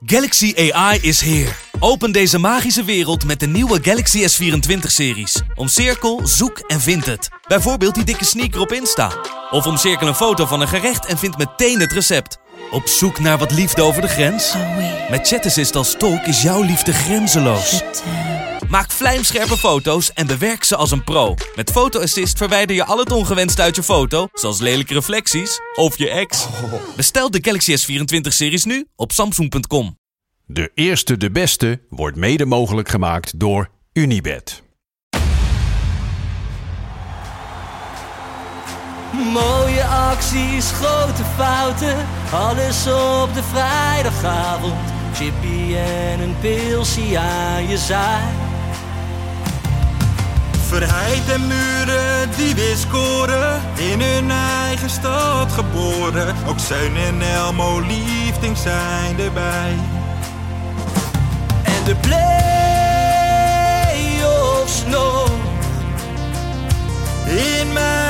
Galaxy AI is here. Open deze magische wereld met de nieuwe Galaxy S24-series. Omcirkel, zoek en vind het. Bijvoorbeeld die dikke sneaker op Insta. Of omcirkel een foto van een gerecht en vind meteen het recept. Op zoek naar wat liefde over de grens? Met ChatAssist als tolk is jouw liefde grenzeloos. Maak vlijmscherpe foto's en bewerk ze als een pro. Met Photo Assist verwijder je al het ongewenst uit je foto, zoals lelijke reflecties of je ex. Bestel de Galaxy S24-series nu op Samsung.com. De eerste, de beste wordt mede mogelijk gemaakt door Unibet. Mooie acties, grote fouten, alles op de vrijdagavond. Chippy en een pilsie aan je zaai. Verheid en Muren die weer scoren, in hun eigen stad geboren. Ook Zeun en Elmo Liefding zijn erbij. En de play-offs nog In mei.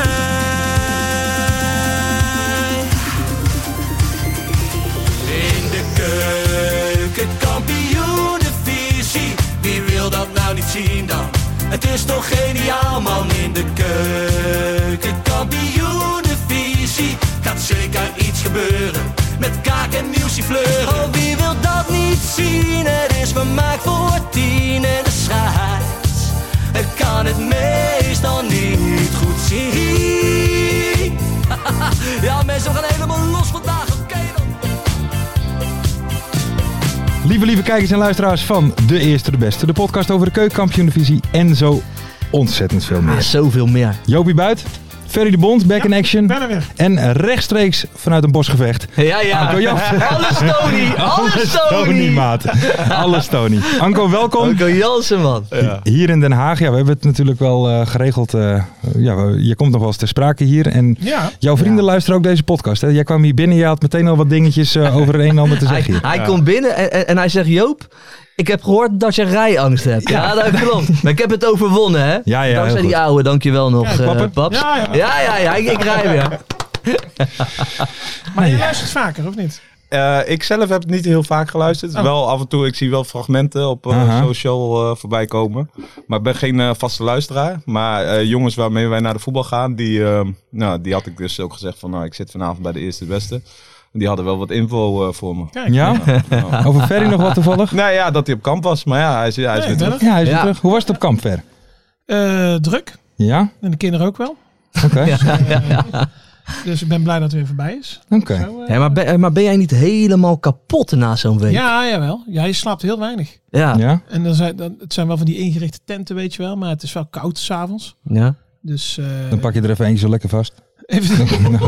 in de keuken, kampioenenvisie. Wie wil dat nou niet zien dan? Het is toch geniaal man, in de keuken, kampioenenvisie. Gaat zeker iets gebeuren, met kaak en nieuwsie fleuren. Oh, wie wil dat niet zien? Het is vermaakt voor 10 en de scheids. Ik kan het meestal niet goed zien. Ja mensen, we gaan helemaal los vandaag, oké dan. Lieve kijkers en luisteraars van De Eerste de Beste. De podcast over de keukenkampioen-divisie en zo ontzettend veel meer. Zoveel meer. Jopie Buit, Ferry de Bond, back in action. Ben er weer. En rechtstreeks vanuit een bosgevecht. Ja. Anko Jansen. Alles Tony. Alles Tony. Maat. Alles Tony. Anko, welkom. Anko Jansen, man. Ja. Hier in Den Haag. Ja, we hebben het natuurlijk wel geregeld. Je komt nog wel eens ter sprake hier. En jouw vrienden luisteren ook deze podcast. Hè? Jij kwam hier binnen. Je had meteen al wat dingetjes over een en ander te zeggen. Hij komt binnen en hij zegt, Joop, ik heb gehoord dat je rijangst hebt. Ja, dat klopt. Maar ik heb het overwonnen, hè? Ja, dankzij die ouwe, dankjewel nog, paps. Ja. Ik rij weer. Maar je luistert vaker, of niet? Ik zelf heb het niet heel vaak geluisterd. Wel af en toe, ik zie wel fragmenten op social voorbij komen. Maar ik ben geen vaste luisteraar. Maar jongens waarmee wij naar de voetbal gaan, die had ik dus ook gezegd van, ik zit vanavond bij de Eerste de Beste. Die hadden wel wat info voor me. Kijk. Ja? Over Ferry nog wat toevallig? Nou ja, dat hij op kamp was. Maar ja, hij is weer terug. Ja, hij is weer terug. Hoe was het op kamp, Fer? Druk. Ja? En de kinderen ook wel. Oké. Dus ik ben blij dat het weer voorbij is. Oké. Maar ben jij niet helemaal kapot na zo'n week? Ja, jawel. Ja, je slaapt heel weinig. Ja. En het zijn wel van die ingerichte tenten, weet je wel. Maar het is wel koud 's avonds. Ja. Dus, Dan pak je er even eentje zo lekker vast. even...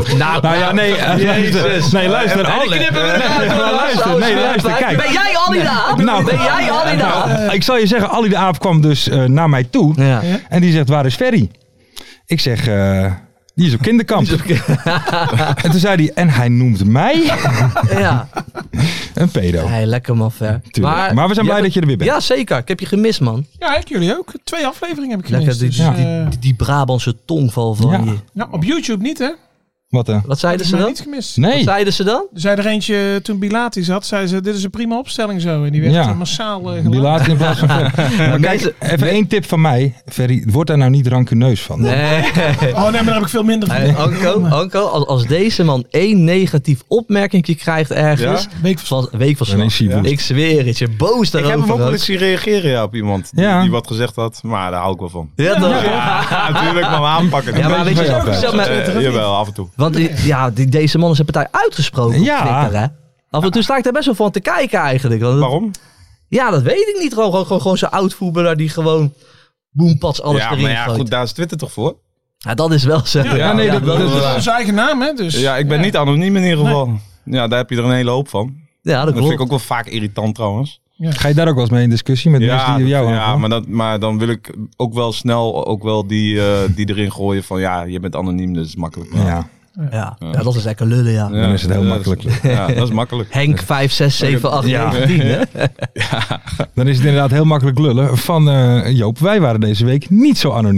luister. Luister, kijk. Ben jij Ali de Aap? Ben jij Ali de Aap? Ik zal je zeggen, Ali de Aap kwam dus naar mij toe. Ja. En die zegt, waar is Ferry? Ik zeg, die is op kinderkamp. En toen zei hij, en hij noemt mij Ja. een pedo. Hey, lekker man, Fer. Maar we zijn blij dat je er weer bent. Ja, zeker. Ik heb je gemist, man. Ja, jullie ook. 2 afleveringen heb ik gemist. Lekker, die Brabantse tongval van je. Nou, op YouTube niet, hè? Wat dan? Wat zeiden ze mij dan? niet gemist. Nee. Wat zeiden ze dan? Er zei er eentje, toen Bilati zat, zei ze, dit is een prima opstelling zo. En die werd massaal gelaten. Bilati in plaats van Ferry. Maar kijk, even één tip van mij. Ferry, word daar nou niet rancuneus van. Nee. Oh nee, maar daar heb ik veel minder van. Anko, als deze man 1 negatief opmerkingje krijgt ergens. Ja? Weekverslag. Ik zweer het, je boos daarover. Ik heb hem ook wel eens zien reageren op iemand die wat gezegd had. Maar daar hou ik wel van. Ja, toch? Ja, natuurlijk, maar aanpakken. Ja, maar weet je, jawel, af en toe. Want deze man is zijn partij uitgesproken op Twitter, hè? Af en toe sta ik daar best wel van te kijken eigenlijk. Waarom? Ja, dat weet ik niet. Gewoon zo'n oud-voetballer die gewoon boempats alles erin gooit. Ja, maar goed, daar is Twitter toch voor? Ja, dat is wel zo. Dat is zijn eigen naam, hè? Dus, ja, ik ben niet anoniem in ieder geval. Nee. Ja, daar heb je er een hele hoop van. Ja, dat vind ik ook wel vaak irritant trouwens. Ja. Ga je daar ook wel eens mee in discussie met mensen die jou aanvallen? Ja, maar dan wil ik ook wel snel die erin gooien van je bent anoniem, dus is makkelijk. Ja, dat is lekker lullen, ja. Dan is het heel makkelijk. Ja, dat is makkelijk. Henk 5, 6, 7, 8, 9, 10, hè? Ja. Dan is het inderdaad heel makkelijk lullen van Joop. Wij waren deze week niet zo anoniem.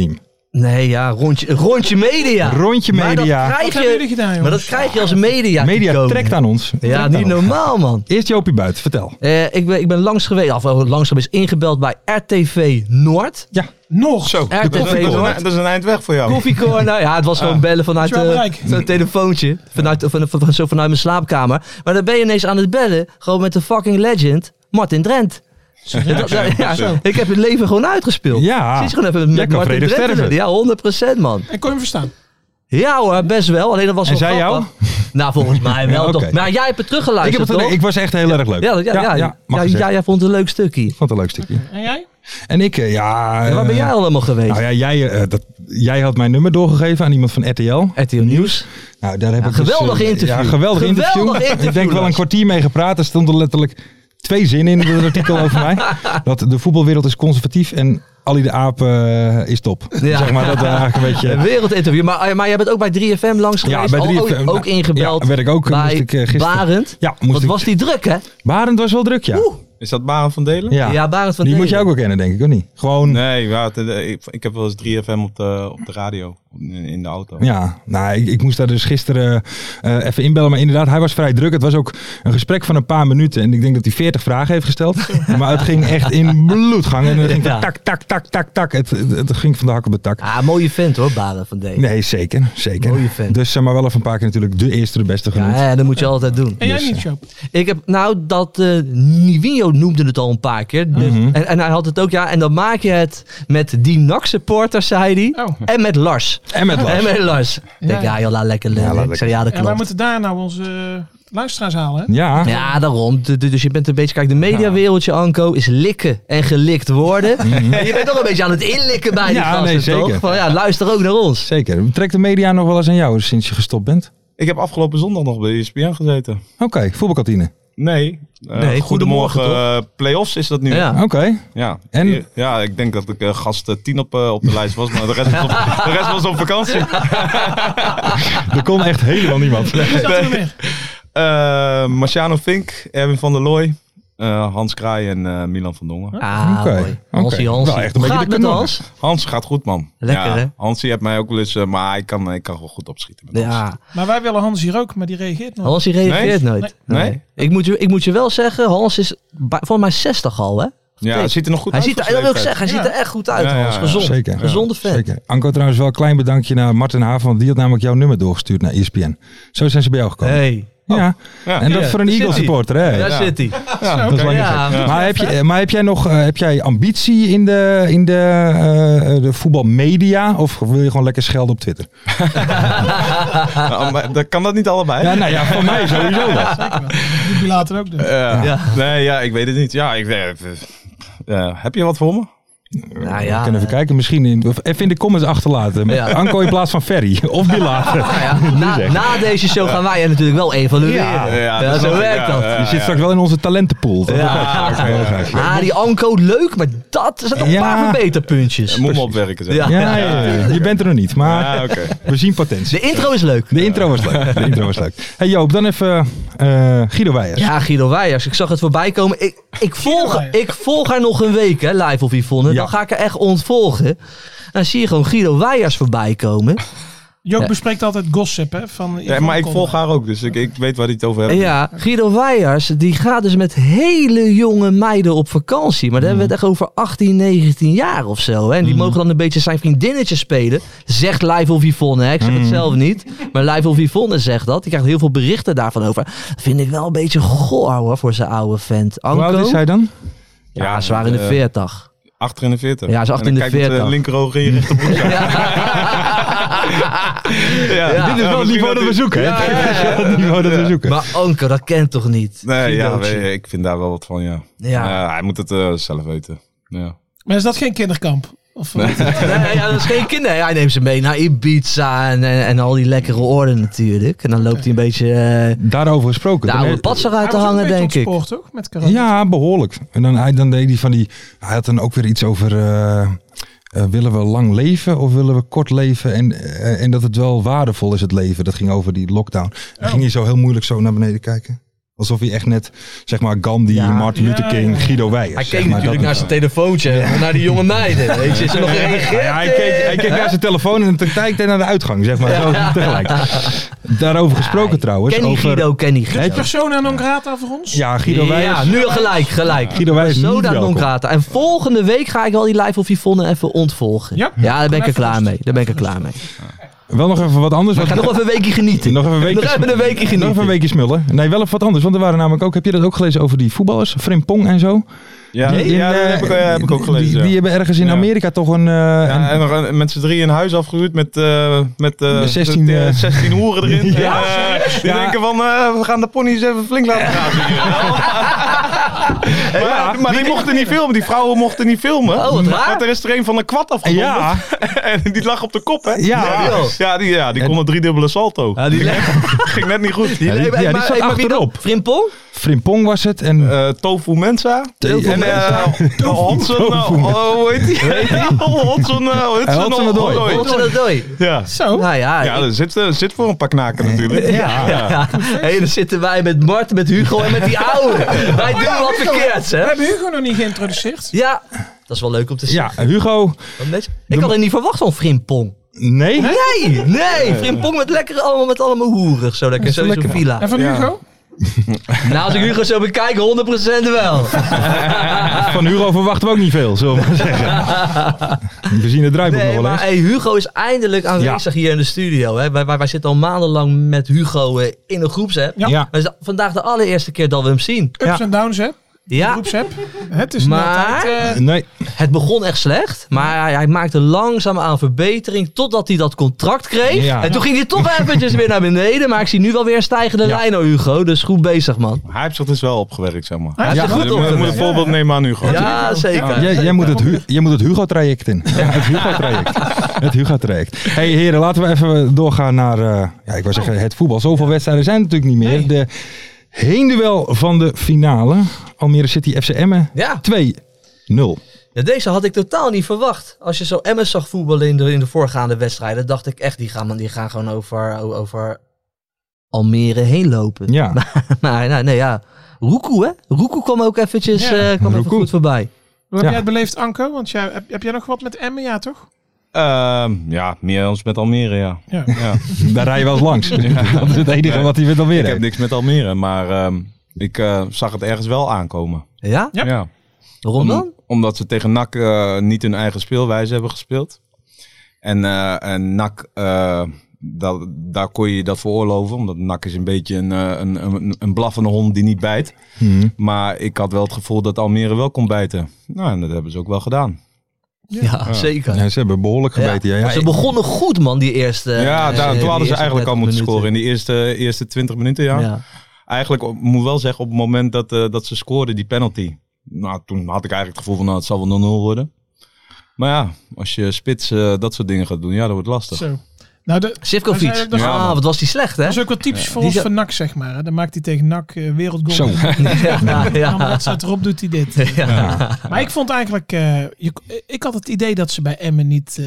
Nee, ja, rondje media. Rondje media. Maar dat krijg je als media. Media trekt aan ons. Ja, niet normaal, man. Eerst Jopie Buit, vertel. Ik ben langs geweest ingebeld bij RTV Noord. Ja. Nog. Zo, dat is een eind weg voor jou. Koffiecorner. Ja, het was gewoon bellen vanuit zo'n telefoontje. Vanuit mijn slaapkamer. Maar dan ben je ineens aan het bellen. Gewoon met de fucking legend. Martin Drent. Ik heb het leven gewoon uitgespeeld. Ja. Zie je gewoon even met Martin Drent. Ja, 100% man. En kon je hem verstaan? Ja hoor, best wel. Alleen dat was en wel zei jou? Nou, volgens mij wel okay. toch. Maar jij hebt het teruggeluisterd, ik was echt heel erg leuk. Jij vond het een leuk stukje. Ik vond het een leuk stukje. En jij? En ik, waar ben jij allemaal geweest? Nou ja, jij had mijn nummer doorgegeven aan iemand van RTL. RTL Nieuws. Nou, daar heb ik geweldig interview. Ja, geweldig interview. Ik denk wel een kwartier mee gepraat. Er stonden letterlijk 2 zinnen in het artikel over mij. Dat de voetbalwereld is conservatief en Ali de Aap is top. Ja. Zeg maar, dat eigenlijk een beetje... Een wereldinterview. Maar jij bent ook bij 3FM langs geweest. Ja, bij 3FM. Ook ingebeld. Ja, werd ik ook. Bij Barend. Ja, was die druk, hè? Barend was wel druk, ja. Is dat Barend van Delen? Ja, Barend van die Delen. moet je ook wel kennen, denk ik, of niet? Gewoon... Nee, ik heb wel eens 3FM op de radio. In de auto. Ja, nou, ik moest daar dus gisteren even inbellen. Maar inderdaad, hij was vrij druk. Het was ook een gesprek van een paar minuten. En ik denk dat hij 40 vragen heeft gesteld. Maar het ging echt in bloedgang. En het ging van tak. Het ging van de hak op de tak. Ah, mooie vent hoor, Barend van Delen. Nee, zeker. Mooie vent. Dus maar wel even een paar keer natuurlijk de eerste, de beste genoemd. Ja, dat moet je altijd doen. En jij niet, Joop? Ik heb, Nivino noemde het al een paar keer. Dus, en hij had het ook, en dan maak je het met die NAC-supporter, zei hij. Oh. En met Lars. Ik denk, joh, laat lekker lullen. Ik zei, dat klopt. Wij moeten daar nou onze luisteraars halen, hè? Ja, daarom. Dus je bent een beetje... Kijk, de mediawereldje, Anko, is likken en gelikt worden. En je bent toch een beetje aan het inlikken bij die gasten, zeker. toch? Van, luister ook naar ons. Zeker. Trekt de media nog wel eens aan jou sinds je gestopt bent? Ik heb afgelopen zondag nog bij ESPN gezeten. Oké, voetbalkantine. Nee, goedemorgen play-offs is dat nu. Ja. Oké. Ja. En? Ja, ik denk dat ik gast 10 op de lijst was, maar de rest was op vakantie. Er kon echt helemaal niemand. Wie zat er meer? Marciano Vink, Erwin van der Looy, Hans Kraai en Milan van Dongen. Mooi. Hansie. Wel echt een beetje met Hans? Hans gaat goed, man. Lekker, hè? Hansie heeft mij ook wel eens, maar ik kan wel goed opschieten met Hans. Maar wij willen Hans hier ook, maar die reageert nooit. Hans reageert nooit. Nee? Ik moet je wel zeggen, Hans is voor mij 60 al, hè? Ja, hij ziet er nog goed uit. Dat wil ik zeggen, hij ziet er echt goed uit, Hans. Gezond. Zeker. Gezonde fan. Zeker. Anko, trouwens wel een klein bedankje naar Martin Haven, want die had namelijk jouw nummer doorgestuurd naar ESPN. Zo zijn ze bij jou gekomen. Hey. Ja. En dat voor een Eagles supporter, hè? Daar zit hij. Dat is lang Maar heb jij ambitie in de voetbalmedia of wil je gewoon lekker schelden op Twitter? Kan dat niet allebei? Ja, voor mij sowieso wel. Zeker wel. Doe je later ook dus. Nee, ik weet het niet. Ja, heb je wat voor me? Nou we kunnen even kijken. Misschien even in de comments achterlaten. Anko in plaats van Ferry. Of die later. Na deze show gaan wij natuurlijk wel evalueren. Zo werkt dat. Je zit straks wel in onze talentenpool. Die Anko leuk, maar dat zijn nog een paar verbeterpuntjes. Moet me opwerken. Zeg. Je bent er nog niet. Maar we zien potentie. De intro is leuk. De intro was leuk. Hey Joop, dan even Guido Weijers. Ja, Guido Weijers. Ik zag het voorbij komen. Ik volg haar nog een week, hè, live of Yvonne. Dan ga ik er echt ontvolgen. Dan zie je gewoon Guido Weijers voorbij komen. Joop bespreekt altijd gossip, hè? Maar ik volg haar ook, dus ik weet waar hij het over heeft. Ja, Guido Weijers, die gaat dus met hele jonge meiden op vakantie. Maar dan hebben we het echt over 18, 19 jaar of zo. Hè? En die mogen dan een beetje zijn vriendinnetje spelen. Zegt Live of Yvonne, hè? Ik zeg het zelf niet. Maar Live of Yvonne zegt dat. Die krijgt heel veel berichten daarvan over. Dat vind ik wel een beetje goor, hoor, voor zijn oude vent. Anko? Hoe oud is hij dan? Ja, zwaar in de 40. Achter in de 40. Ja, ze achter in de 40. Kijk met de linkeroog in je rechterbroek. Dit is wel het niveau dat we zoeken. Het niveau dat we zoeken. Maar Anko, dat kent toch niet? Nee, ik vind daar wel wat van, hij moet het zelf weten. Ja. Maar is dat geen kinderkamp? Nee, dat is geen kinder. Hij neemt ze mee naar Ibiza en al die lekkere orden natuurlijk. En dan loopt hij een beetje... Daarover gesproken. De oude patser uit te hangen, denk ik. Sport, toch? Met corona. Ja, behoorlijk. En dan deed hij van die... Hij had dan ook weer iets over... willen we lang leven of willen we kort leven? En dat het wel waardevol is, het leven. Dat ging over die lockdown. Dan ging hij zo heel moeilijk zo naar beneden kijken. Alsof hij echt net, zeg maar, Gandhi, Martin Luther King, Guido Weijers. Hij keek natuurlijk naar zijn telefoontje, naar die jonge meiden. Weet je, is er nog gereageerd? Hij keek naar zijn telefoon en tegelijk naar de uitgang, zeg maar, zo tegelijk. Daarover gesproken trouwens. Ken die Guido. Persona non grata voor ons? Ja, Guido Weijers. Ja, nu gelijk. Guido Weijers niet Persona non welkom. grata. En volgende week ga ik wel die live of Yvonne even ontvolgen. Ja, daar ben ik er klaar mee. Wel nog even wat anders. Maar ik ga nog even een weekje genieten. Nog even een weekje smullen. Nee, wel even wat anders. Want er waren namelijk ook, heb je dat ook gelezen over die voetballers? Frimpong en zo? Ja, dat heb ik ook gelezen. Die hebben ergens in Amerika toch een... en nog met z'n 3 een huis afgehuurd met 16 hoeren erin. Die denken van, we gaan de ponies even flink laten gaan. Maar die mochten niet filmen. Die vrouwen mochten niet filmen. Oh, wat raar. Want er is er een van een kwad afgedonderd. Ja. En die lag op de kop, hè? Ja. Die kon een 3-dubbele salto. Ja, die ging net niet goed. Die zat achterop. Frimpong? Frimpong was het. En Tofu Mensa. En Hodson, hoe heet die? Hodson Odoi. Ja. Zo. Nou ja, er zit voor een paar knaken natuurlijk. Ja. Hey, dan zitten wij met Mart, met Hugo en met die oude. Wij doen wat verkeerds, hè? We hebben Hugo nog niet geïntroduceerd. Ja, dat is wel leuk om te zien. Ja, Hugo. Ik had het niet verwacht van Frimpong. Nee? Nee. Frimpong met allemaal hoerig. Zo lekker, zo'n villa. En van Hugo? Nou, als ik Hugo zo bekijk, 100% wel. Van Hugo verwachten we ook niet veel, zullen we maar zeggen. We zien het draaiboek nog wel eens. Maar Hugo is eindelijk aanwezig hier in de studio. Hè. Wij zitten al maandenlang met Hugo in een groepsapp. Ja. Het is vandaag de allereerste keer dat we hem zien. Ups en downs, hè? Ja. Groepsapp. Het is maar nee. Het begon echt slecht. Maar hij maakte langzaam aan verbetering totdat hij dat contract kreeg. Ja. En toen ging hij toch eventjes weer naar beneden. Maar ik zie nu wel weer een stijgende lijn, Hugo. Dus goed bezig, man. Hij heeft zich dus wel opgewerkt, zeg maar. Hij heeft zich goed opgewerkt. Je moet een voorbeeld nemen aan Hugo. Ja, zeker. Jij moet het Hugo-traject in. Ja, het Hugo-traject. Het Hugo-traject. Hey heren, laten we even doorgaan naar ik wou zeggen het voetbal. Zoveel wedstrijden zijn er natuurlijk niet meer. De heenduel van de finale. Almere City FC Emmen. Ja. 2-0. Ja, deze had ik totaal niet verwacht. Als je zo Emmen zag voetballen in de voorgaande wedstrijden, dacht ik echt, die gaan gewoon over Almere heen lopen. Ja. Maar nee, ja. Roekoe, hè? Roekoe kwam ook eventjes even goed voorbij. Hoe heb jij het beleefd, Anko? Want heb jij nog wat met Emmen, ja toch? Meer dan met Almere, ja. Daar rij je wel eens langs. Dat is het enige wat hij met Almere heeft. Ik heb niks met Almere, maar ik zag het ergens wel aankomen. Ja? Ja. Waarom dan? Omdat ze tegen NAC niet hun eigen speelwijze hebben gespeeld. En NAC, daar kon je dat veroorloven. Omdat NAC is een beetje een blaffende hond die niet bijt. Maar ik had wel het gevoel dat Almere wel kon bijten. Nou, en dat hebben ze ook wel gedaan. Ja, zeker. Ja, ze hebben behoorlijk gebeten. Ja. Ze begonnen goed, man, die eerste. Toen hadden ze eigenlijk al moeten scoren in die eerste 20 minuten, ja. Eigenlijk, moet wel zeggen, op het moment dat ze scoorden, die penalty. Nou, toen had ik eigenlijk het gevoel van, het zal wel 0-0 worden. Maar ja, als je spits dat soort dingen gaat doen, dat wordt lastig. Zo. Sivkovic. Wat was die slecht, hè? Dat is ook wel typisch voor ons van NAC, zeg maar. Dan maakt hij tegen NAC wereldgoal. Zo. Dan wedstrijd erop doet hij dit. Maar ik vond eigenlijk... ik had het idee dat ze bij Emmen niet 100%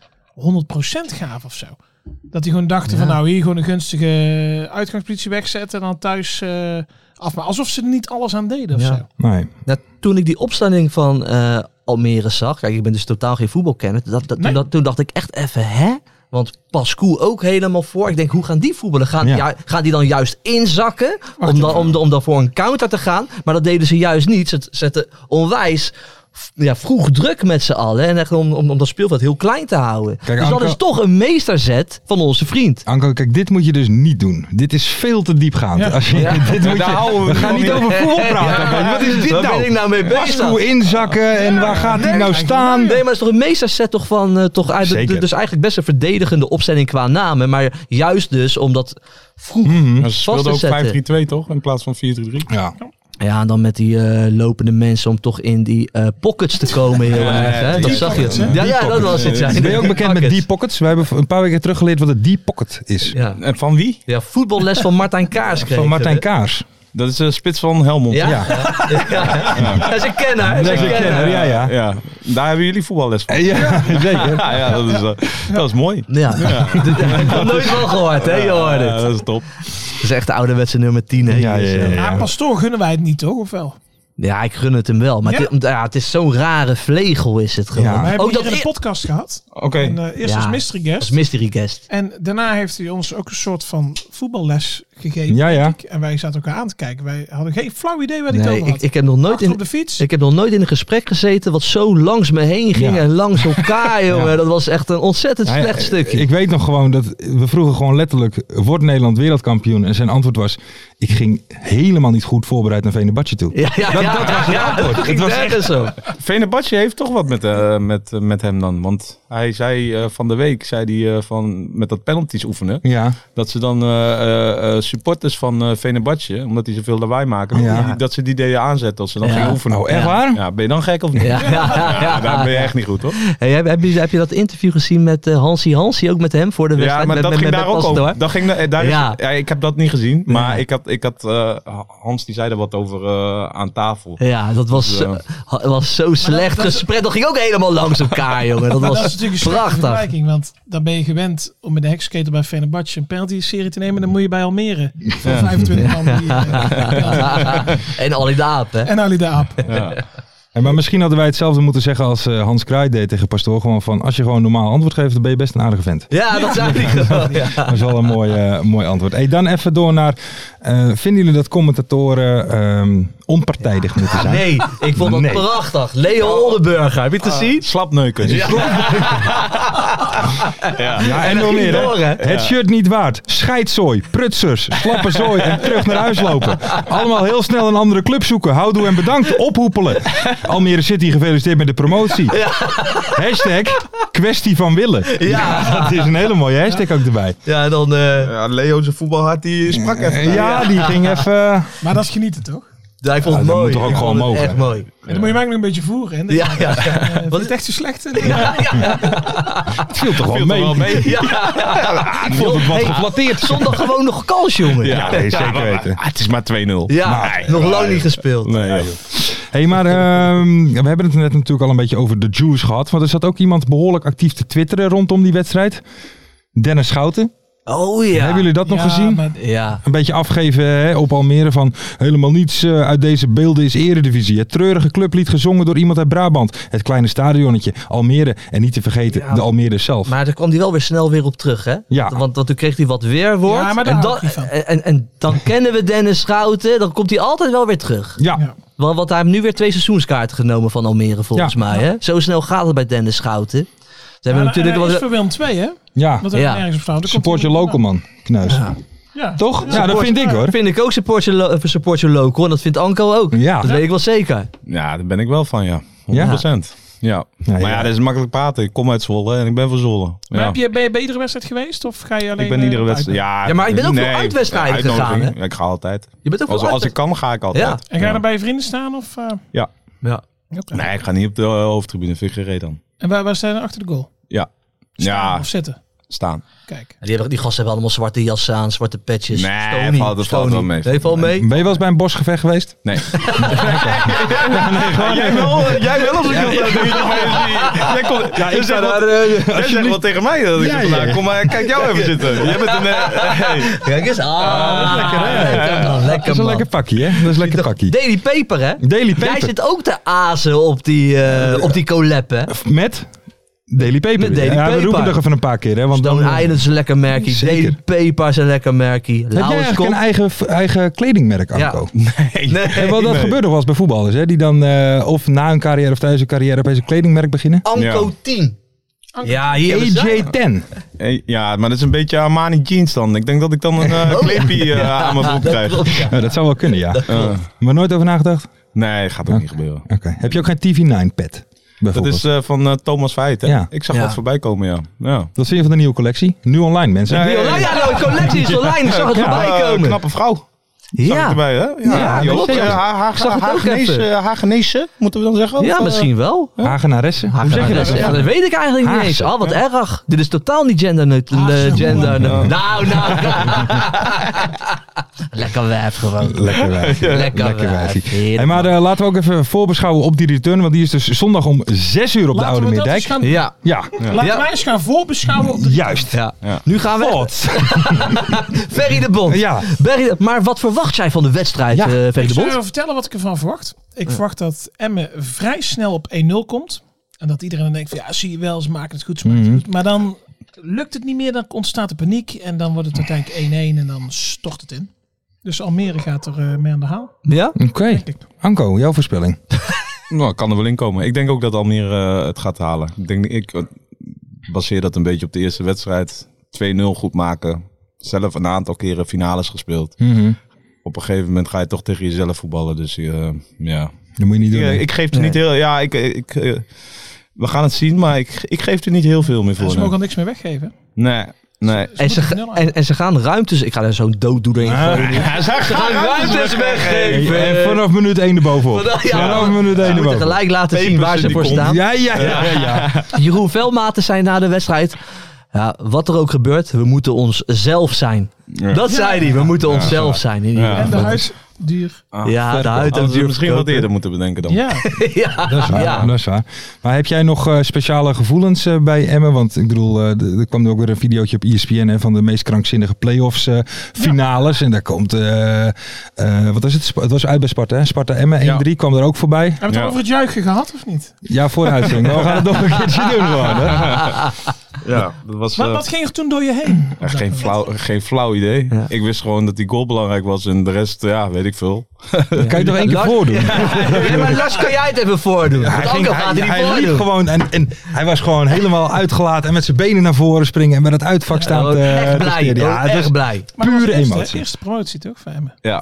gaven of zo. Dat die gewoon dachten van hier gewoon een gunstige uitgangspositie wegzetten en dan thuis af. Maar alsof ze er niet alles aan deden of zo. Nee. Nou, toen ik die opstelling van Almere zag... Kijk, ik ben dus totaal geen voetbalkenner. Toen dacht ik echt even, hè? Want Pascu ook helemaal voor. Ik denk, hoe gaan die voetballen? Gaan die dan juist inzakken? Om dan voor een counter te gaan? Maar dat deden ze juist niet. Ze zetten onwijs vroeg druk met z'n allen. En echt om dat speelveld heel klein te houden. Kijk, dus Anko, dat is toch een meesterzet van onze vriend. Anko, kijk, dit moet je dus niet doen. Dit is veel te diepgaand. Ja. We gaan niet over voetbal praten. Wat is dit nou? Waar ben ik nou mee bezig? Pascu inzakken en waar gaat hij nou staan? Nee, maar het is toch een meesterzet toch van... dus eigenlijk best een verdedigende opstelling qua namen. Maar juist dus omdat vroeg ze speelden ook 5-3-2 toch? In plaats van 4-3-3. Ja. Ja, en dan met die lopende mensen om toch in die pockets te komen heel erg. Hè? Dat zag je. Ja, dat was het. Ja. Ben je ook bekend met deep pockets? We hebben een paar weken terug geleerd wat een deep pocket is. Ja. En van wie? Ja, voetballes van Martijn Kaars. Van Martijn Kaars. Dat is de spits van Helmond. Ja. Dat is een kenner. Ja. Daar hebben jullie voetballes van. Ja, zeker. Dat is mooi. Ja. Ik heb nooit wel gehoord, hè? Je hoorde het. Dat is top. is echt de ouderwetse nummer 10. Hè? Ja, Pastoor gunnen wij het niet, toch? Of wel? Ja, ik gun het hem wel. Maar het is zo'n rare vlegel is het gewoon. Ja. We hebben hier een podcast gehad. Oké. Eerst als mystery guest. Als mystery guest. En daarna heeft hij ons ook een soort van voetballes gegeven. Ja. En wij zaten elkaar aan te kijken. Wij hadden geen flauw idee waar hij het over had. Ik heb nog nooit op de fiets. Ik heb nog nooit in een gesprek gezeten wat zo langs me heen ging en langs elkaar, jongen. Dat was echt een ontzettend slecht stukje. Ik weet nog gewoon dat we vroegen gewoon letterlijk, wordt Nederland wereldkampioen? En zijn antwoord was, ik ging helemaal niet goed voorbereid naar Fenerbahce toe. Dat was het antwoord. Het was echt zo. Fenerbahce heeft toch wat met hem dan. Want hij zei van de week, van met dat penalties oefenen. Ja. Dat ze dan supporters van Fenerbahce, omdat die zoveel lawaai maken, dat ze die deden aanzetten als ze dan gingen oefenen. Oh, echt waar? Ja, ben je dan gek of niet? Ja, daar ben je echt niet goed, hoor. Hey, heb je dat interview gezien met Hansie ook met hem voor de wedstrijd? Ja, maar dat ging daar ook over. Ik heb dat niet gezien, maar ik had Hans die zei er wat over aan tafel. Ja, dat was zo slecht gesprek. Dat ging ook helemaal langs elkaar, jongen. Dat was natuurlijk een prachtig. vergelijking, want dan ben je gewend om met de hekskater bij Fenerbahce een penalty-serie te nemen. Dan moet je bij Almere voor 25 man. En Ali de Aap, hè? En Ali de Aap. Ja. Maar misschien hadden wij hetzelfde moeten zeggen als Hans Kraai deed tegen Pastoor. Gewoon van, als je gewoon normaal antwoord geeft, dan ben je best een aardige vent. Ja, dat zei ik gewoon. Ja. Dat is wel een mooi antwoord. Hey, dan even door naar, vinden jullie dat commentatoren onpartijdig moeten zijn? Nee, ik vond dat prachtig. Leo Oldenburger, heb je het gezien? Slapneukers. Ja, en nog meer, hè? Het shirt niet waard. Scheidzooi, prutsers, slappe zooi en terug naar huis lopen. Allemaal heel snel een andere club zoeken. Houdoe en bedankt, ophoepelen. Almere City gefeliciteerd met de promotie. Ja. Hashtag kwestie van willen. Ja, dat is een hele mooie hashtag ook erbij. Ja, dan... Leo zijn voetbalhart, die sprak even. Ja, die ging even... Maar dat is genieten, toch? Ja, ik vond het mooi. Dat moet toch ook gewoon mogen. Echt mooi. En dan moet je mij nog een beetje voeren. Hè? Wat is het echt zo slecht? Het viel toch wel mee. Ik vond het wat geflatteerd. Zondag gewoon nog kans, jongen. Ja, nee, zeker weten. Het is maar 2-0. Ja, nog lang niet gespeeld. Nee, hey, maar we hebben het net natuurlijk al een beetje over de Juice gehad. Want er zat ook iemand behoorlijk actief te twitteren rondom die wedstrijd. Dennis Schouten. Oh ja. Hebben jullie dat nog gezien? Maar, ja. Een beetje afgeven op Almere van helemaal niets uit deze beelden is eredivisie. Het treurige clublied gezongen door iemand uit Brabant. Het kleine stadionnetje, Almere en niet te vergeten de Almere zelf. Maar daar kwam hij wel weer snel weer op terug, hè? Ja. Want toen kreeg hij wat weerwoord. Ja, maar en dan kennen we Dennis Schouten, dan komt hij altijd wel weer terug. Ja. Want hij heeft nu weer 2 seizoenskaarten genomen van Almere volgens mij. Hè? Zo snel gaat het bij Dennis Schouten. Ze hebben natuurlijk is voor Willem 2, hè? Ja. Wat er nergens op staat. Support your local, man. Kneus. Ja. Toch? Ja, dat vind ik, hoor. Dat vind ik ook support your local. En dat vindt Anko ook. Ja. Dat weet ik wel zeker. Ja, daar ben ik wel van, ja. 100%. Ja. Maar ja, dat is makkelijk praten. Ik kom uit Zwolle en ik ben van Zwolle. Maar ben je bij iedere wedstrijd geweest? Of ga je alleen... Ik ben iedere wedstrijd... Ja, maar ik ben ook veel uitwedstrijden gegaan, hè? Ja, ik ga altijd. Je bent ook als ik kan, ga ik altijd. Ja. En ga je dan bij je vrienden staan? Of, Ja. Okay. Nee, ik ga niet op de hoofdtribune. Vind ik geen reet dan. En waar staan er achter de goal? Ja. Staan of zitten? Staan. Kijk. Die gasten hebben allemaal zwarte jassen aan, zwarte petjes. Nee, dat valt wel mee. Valt mee? Ben je wel eens bij een bosgevecht geweest? Nee. Jij wel als ik dat Jij zegt wel tegen mij dat ik vandaan kom, maar kijk jou even zitten. Jij bent een... Kijk eens. Lekker, hè? Dat is een lekker pakje, hè? Dat is lekker pakje. Daily Paper, hè? Daily Paper. Jij zit ook te azen op die collab, hè? Met? Daily Paper. We roepen er even een paar keer. Hè, want Stone Island is een lekker merkie. Daily Paper is een lekker merkie. Heb jij eigenlijk een eigen kledingmerk, Anko? Ja. Nee. Wat dat gebeurt nog wel eens bij voetballers. Hè, die dan of na hun carrière of tijdens hun carrière opeens een kledingmerk beginnen. Anko 10. Ja, hier AJ10. Ja, maar dat is een beetje Armani jeans dan. Ik denk dat ik dan een kleepje aan mijn broek krijg. Ja, dat zou wel kunnen, ja. Maar nooit over nagedacht? Nee, gaat ook niet gebeuren. Okay. Heb je ook geen TV9-pad? Dat is van Thomas Veit, hè? Ja. Ik zag wat voorbij komen, ja. Wat vind je van de nieuwe collectie? Nu online, mensen. De collectie is online. Ik zag het voorbij komen. Knappe vrouw. Ja. Zag ik erbij, hè? Hagenese, moeten we dan zeggen? Ja, misschien wel. Hagenaresse? Hoe zeg je dat? Ja, dat weet ik eigenlijk niet eens. Wat erg. Dit is totaal niet gender. Nou. Lekker wijf gewoon. Lekker wijf. Lekker wijf. Hey, maar laten we ook even voorbeschouwen op die return. Want die is dus zondag om 6 uur op de Oude Meerdijk. Ja. Laten wij eens gaan voorbeschouwen op de Juist. Ja. Nu gaan we... Ferry de Bond. Ja. Maar wat verwacht jij van de wedstrijd, Ferry Ik de zal Bond? even vertellen wat ik ervan verwacht. Ik verwacht dat Emmen vrij snel op 1-0 komt. En dat iedereen dan denkt van ja, zie je wel, ze maken het goed, ze maken het goed. Maar dan lukt het niet meer, dan ontstaat de paniek. En dan wordt het uiteindelijk 1-1 en dan stort het in. Dus Almere gaat er mee aan de haal. Ja? Oké. Anko, jouw voorspelling. Nou, kan er wel in komen. Ik denk ook dat Almere het gaat halen. Ik baseer dat een beetje op de eerste wedstrijd. 2-0 goed maken. Zelf een aantal keren finales gespeeld. Op een gegeven moment ga je toch tegen jezelf voetballen. Dus ja. Dat moet je niet doen. Ik geef er niet heel... Ja, we gaan het zien, maar ik geef er niet heel veel meer voor. Ze mogen al niks meer weggeven. Nee. En ze gaan ruimtes... Ik ga er zo'n dooddoener in gooien. Ze gaan ruimtes weggeven. En vanaf minuut 1 erbovenop. Vanaf minuut 1 We moeten erbovenop. gelijk laten zien waar ze voor staan. Ja. Jeroen Veldmaten zei na de wedstrijd... Ja, wat er ook gebeurt, we moeten onszelf zijn. Dat zei hij, we moeten onszelf zijn. In ieder En de geval. huisduur. Ja, de huid Hadden ze misschien wat eerder moeten bedenken dan. Ja. Dat is waar. Dat is waar. Maar heb jij nog speciale gevoelens bij Emmen? Want ik bedoel, er kwam ook weer een videootje op ESPN van de meest krankzinnige play-offs finales. En daar komt, wat is het? Het was uit bij Sparta, hè? Sparta Emmen 1-3 kwam er ook voorbij. Hebben we het over het juichen gehad of niet? Ja, voor de uitzending. Maar we gaan het nog een keertje doen gewoon. Ja, dat was... Wat ging er toen door je heen? Geen flauw idee. Ja. Ik wist gewoon dat die goal belangrijk was en de rest, weet ik veel. Kan je het nog één keer voordoen? Ja, maar Lars, kan jij het even voordoen? Hij liep gewoon en hij was gewoon helemaal uitgelaten en met zijn benen naar voren springen en met het uitvak staan. Echt blij. Ja, het was echt blij. pure emotie. Eerste promotie toch voor Emmen? Ja.